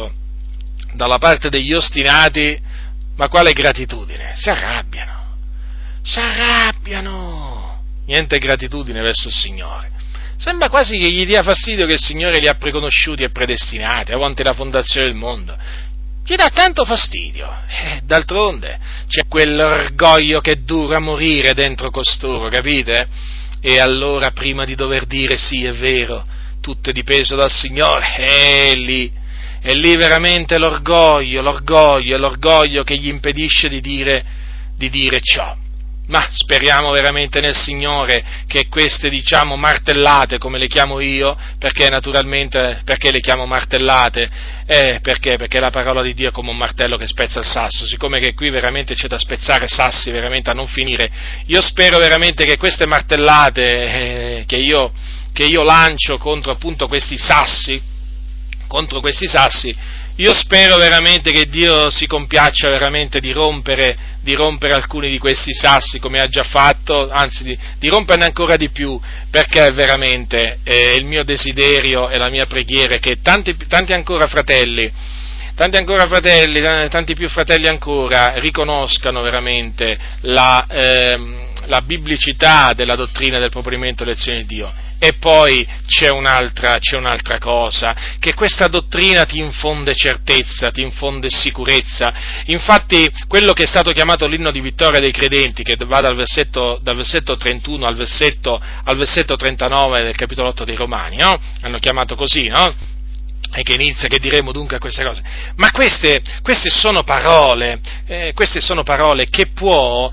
degli ostinati, ma quale gratitudine? Si arrabbiano, niente gratitudine verso il Signore. Sembra quasi che gli dia fastidio che il Signore li ha preconosciuti e predestinati avanti la fondazione del mondo. Gli dà tanto fastidio, d'altronde c'è quell'orgoglio che dura morire dentro costoro, capite? E allora prima di dover dire sì, è vero, tutto è dipeso dal Signore, è lì veramente l'orgoglio che gli impedisce di dire ciò. Ma speriamo veramente nel Signore che queste, martellate, come le chiamo io, perché le chiamo martellate? Perché la parola di Dio è come un martello che spezza il sasso, siccome che qui veramente c'è da spezzare sassi veramente a non finire. Io spero veramente che queste martellate che io lancio contro appunto questi sassi, io spero veramente che Dio si compiaccia veramente di rompere alcuni di questi sassi, come ha già fatto, anzi di romperne ancora di più, perché veramente il mio desiderio e la mia preghiera è che tanti più fratelli ancora riconoscano veramente la biblicità della dottrina del proponimento dell'elezione di Dio. E poi c'è un'altra cosa, che questa dottrina ti infonde certezza, ti infonde sicurezza. Infatti quello che è stato chiamato l'inno di vittoria dei credenti, che va dal versetto 31 al versetto 39 del capitolo 8 dei Romani, no? Hanno chiamato così, no? E che inizia, che diremo dunque a queste cose. Ma queste sono parole che può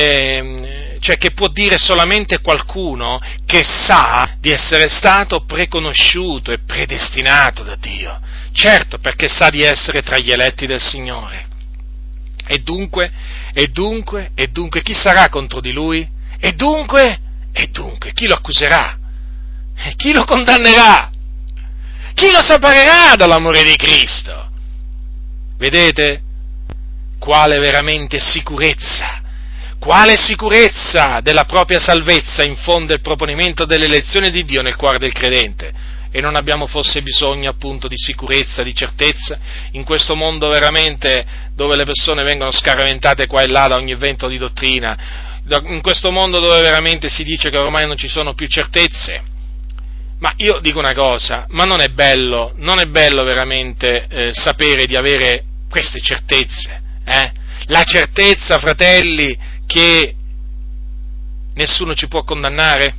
dire solamente qualcuno che sa di essere stato preconosciuto e predestinato da Dio. Certo, perché sa di essere tra gli eletti del Signore. E dunque, chi sarà contro di lui? E dunque, chi lo accuserà? Chi lo condannerà? Chi lo separerà dall'amore di Cristo? Vedete? Quale veramente sicurezza della propria salvezza infonde il proponimento dell'elezione di Dio nel cuore del credente. E non abbiamo forse bisogno appunto di sicurezza, di certezza, in questo mondo veramente dove le persone vengono scaraventate qua e là da ogni vento di dottrina, in questo mondo dove veramente si dice che ormai non ci sono più certezze. Ma io dico una cosa, ma non è bello veramente sapere di avere queste certezze, La certezza, fratelli, che nessuno ci può condannare,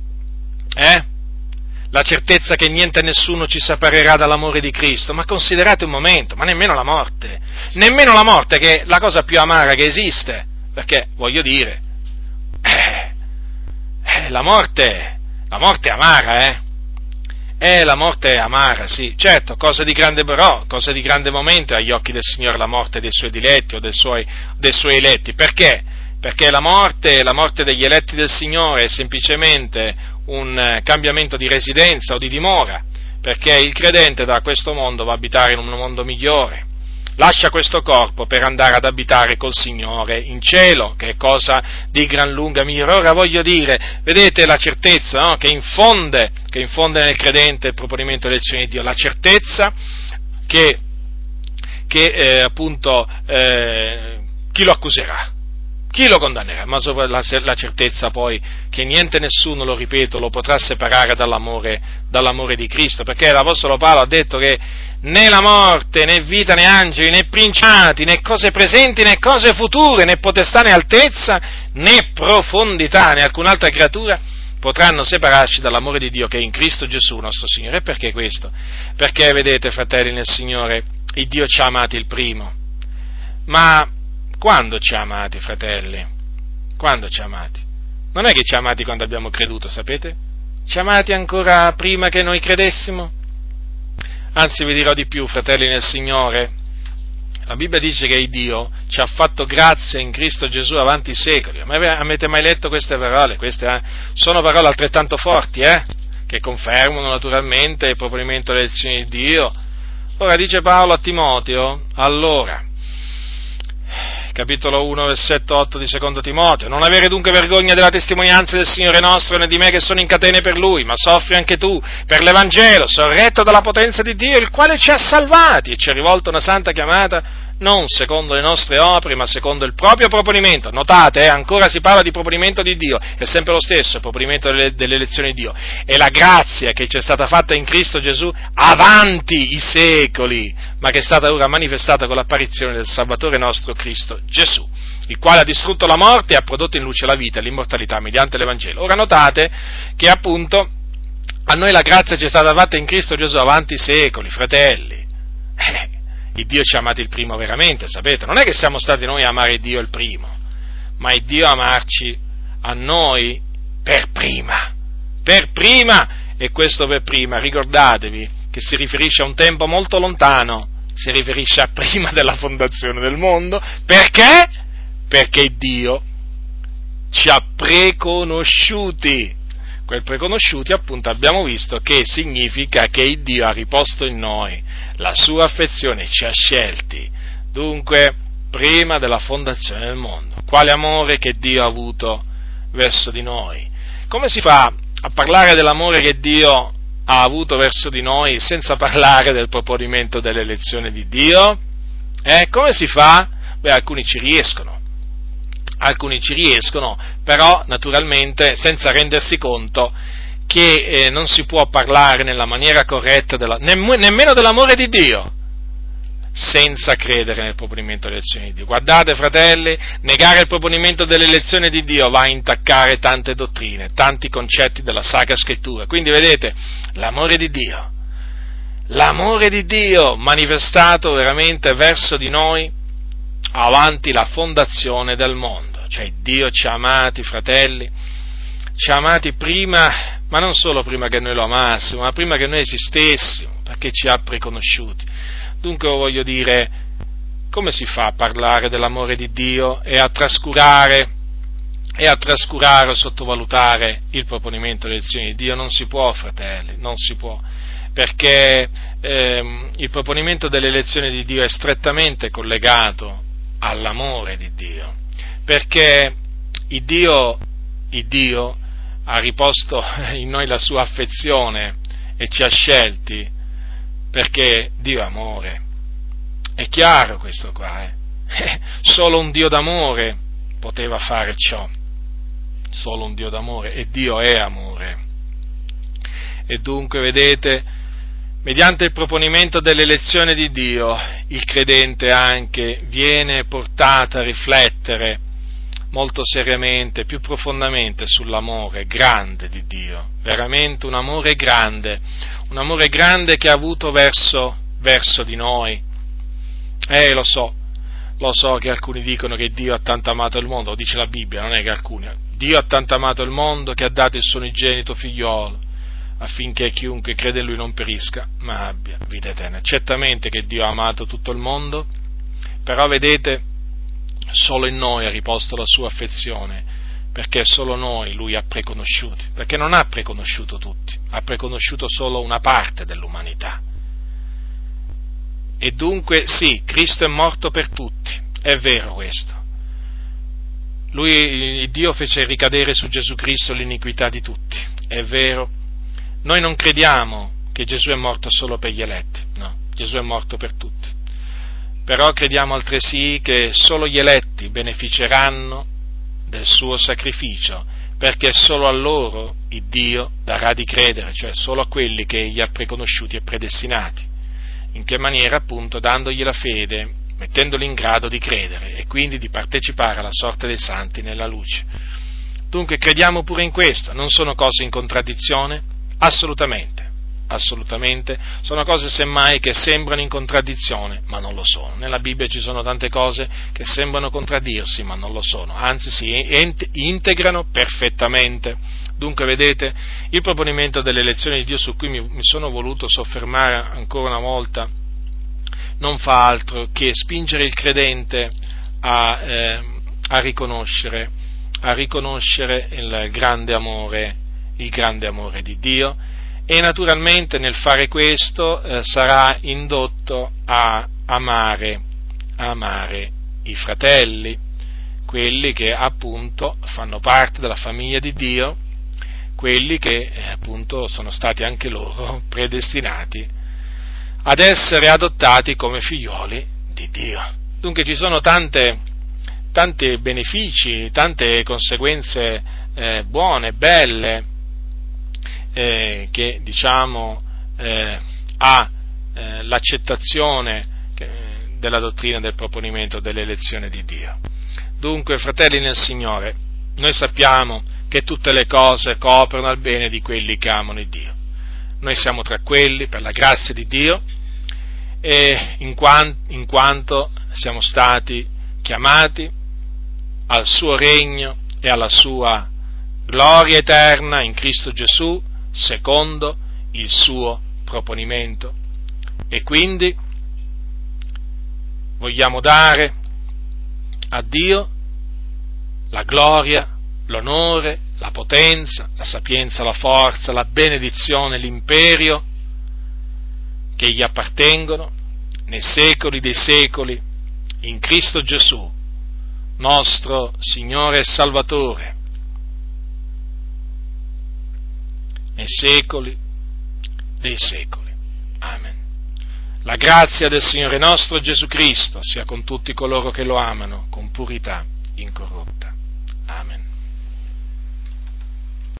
La certezza che niente e nessuno ci separerà dall'amore di Cristo. Ma considerate un momento, ma nemmeno la morte che è la cosa più amara che esiste, perché voglio dire, la morte è amara, la morte è amara, sì, certo, cosa di grande momento agli occhi del Signore la morte dei suoi diletti o dei suoi eletti. Perché? Perché la morte degli eletti del Signore è semplicemente un cambiamento di residenza o di dimora, perché il credente da questo mondo va a abitare in un mondo migliore. Lascia questo corpo per andare ad abitare col Signore in cielo, che è cosa di gran lunga migliore. Ora voglio dire, vedete la certezza, no? che infonde che infonde nel credente il proponimento dell'elezione di Dio? La certezza che appunto chi lo accuserà? Chi lo condannerà? Ma sopra la certezza poi che niente, nessuno, lo ripeto, lo potrà separare dall'amore di Cristo, perché l'Apostolo Paolo ha detto che né la morte, né vita, né angeli, né principati, né cose presenti, né cose future, né potestà, né altezza, né profondità, né alcun'altra creatura potranno separarci dall'amore di Dio che è in Cristo Gesù nostro Signore. E perché questo? Perché, vedete, fratelli nel Signore, il Dio ci ha amati il primo. Ma quando ci ha amati, fratelli? Quando ci ha amati? Non è che ci ha amati quando abbiamo creduto, sapete? Ci ha amati ancora prima che noi credessimo. Anzi, vi dirò di più, fratelli nel Signore, la Bibbia dice che il Dio ci ha fatto grazia in Cristo Gesù avanti i secoli. Ma avete mai letto queste parole? Queste sono parole altrettanto forti, che confermano naturalmente il proponimento delle elezioni di Dio. Ora dice Paolo a Timoteo, allora, capitolo 1, versetto 8 di secondo Timoteo: non avere dunque vergogna della testimonianza del Signore nostro, né di me che sono in catene per Lui, ma soffri anche tu per l'Evangelo, sorretto dalla potenza di Dio, il quale ci ha salvati e ci ha rivolto una santa chiamata, non secondo le nostre opere, ma secondo il proprio proponimento. Notate, ancora si parla di proponimento di Dio, è sempre lo stesso, il proponimento delle elezioni di Dio, e la grazia che ci è stata fatta in Cristo Gesù avanti i secoli, ma che è stata ora manifestata con l'apparizione del Salvatore nostro Cristo Gesù, il quale ha distrutto la morte e ha prodotto in luce la vita e l'immortalità mediante l'Evangelo. Ora notate che appunto a noi la grazia ci è stata fatta in Cristo Gesù avanti i secoli, fratelli. Il Dio ci ha amati il primo veramente, sapete? Non è che siamo stati noi a amare Dio il primo, ma il Dio amarci a noi per prima, e questo per prima, ricordatevi che si riferisce a un tempo molto lontano, si riferisce a prima della fondazione del mondo. Perché? Perché Dio ci ha preconosciuti. Quel preconosciuti, appunto, abbiamo visto che significa che il Dio ha riposto in noi la sua affezione, ci ha scelti, dunque, prima della fondazione del mondo. Quale amore che Dio ha avuto verso di noi? Come si fa a parlare dell'amore che Dio ha avuto verso di noi senza parlare del proponimento dell'elezione di Dio? Come si fa? Beh, alcuni ci riescono, però naturalmente senza rendersi conto che non si può parlare nella maniera corretta nemmeno dell'amore di Dio senza credere nel proponimento dell'elezione di Dio. Guardate, fratelli, negare il proponimento dell'elezione di Dio va a intaccare tante dottrine, tanti concetti della Sacra Scrittura. Quindi vedete, l'amore di Dio manifestato veramente verso di noi avanti la fondazione del mondo. Cioè Dio ci ha amati, fratelli, ci ha amati prima, ma non solo prima che noi lo amassimo, ma prima che noi esistessimo, perché ci ha preconosciuti. Dunque voglio dire, come si fa a parlare dell'amore di Dio e a trascurare o sottovalutare il proponimento delle elezioni di Dio? Non si può, fratelli, non si può, perché il proponimento delle elezioni di Dio è strettamente collegato all'amore di Dio, perché il Dio ha riposto in noi la sua affezione e ci ha scelti perché Dio è amore. È chiaro questo qua, Solo un Dio d'amore poteva fare ciò, solo un Dio d'amore, e Dio è amore. E dunque, vedete, mediante il proponimento dell'elezione di Dio, il credente anche viene portato a riflettere molto seriamente, più profondamente sull'amore grande di Dio, veramente un amore grande che ha avuto verso di noi. Lo so che alcuni dicono che Dio ha tanto amato il mondo, lo dice la Bibbia, non è che alcuni. Dio ha tanto amato il mondo che ha dato il suo unigenito figliolo, affinché chiunque crede in Lui non perisca, ma abbia vita eterna. Certamente che Dio ha amato tutto il mondo, però vedete, solo in noi ha riposto la sua affezione, perché solo noi Lui ha preconosciuti, perché non ha preconosciuto tutti, ha preconosciuto solo una parte dell'umanità. E dunque sì, Cristo è morto per tutti, è vero questo. Dio fece ricadere su Gesù Cristo l'iniquità di tutti, è vero, Noi non crediamo che Gesù è morto solo per gli eletti, no, Gesù è morto per tutti. Però crediamo altresì che solo gli eletti beneficeranno del suo sacrificio, perché solo a loro il Dio darà di credere, cioè solo a quelli che egli ha preconosciuti e predestinati. In che maniera? Appunto, dandogli la fede, mettendoli in grado di credere e quindi di partecipare alla sorte dei santi nella luce. Dunque crediamo pure in questo, non sono cose in contraddizione? Assolutamente, sono cose semmai che sembrano in contraddizione, ma non lo sono. Nella Bibbia ci sono tante cose che sembrano contraddirsi, ma non lo sono, anzi si integrano perfettamente. Dunque vedete, il proponimento dell'elezione di Dio su cui mi sono voluto soffermare ancora una volta non fa altro che spingere il credente a riconoscere il grande amore di Dio, e naturalmente nel fare questo sarà indotto a amare i fratelli, quelli che appunto fanno parte della famiglia di Dio, quelli che appunto sono stati anche loro predestinati ad essere adottati come figlioli di Dio. Dunque ci sono tanti benefici, tante conseguenze buone, belle, che ha l'accettazione della dottrina del proponimento dell'elezione di Dio. Dunque, fratelli nel Signore, noi sappiamo che tutte le cose cooperano al bene di quelli che amano il Dio. Noi siamo tra quelli, per la grazia di Dio, e in quanto siamo stati chiamati al suo regno e alla sua gloria eterna in Cristo Gesù, secondo il suo proponimento. E quindi vogliamo dare a Dio la gloria, l'onore, la potenza, la sapienza, la forza, la benedizione, l'imperio che gli appartengono nei secoli dei secoli, in Cristo Gesù, nostro Signore e Salvatore, nei secoli dei secoli. Amen. La grazia del Signore nostro Gesù Cristo sia con tutti coloro che lo amano con purità incorrotta.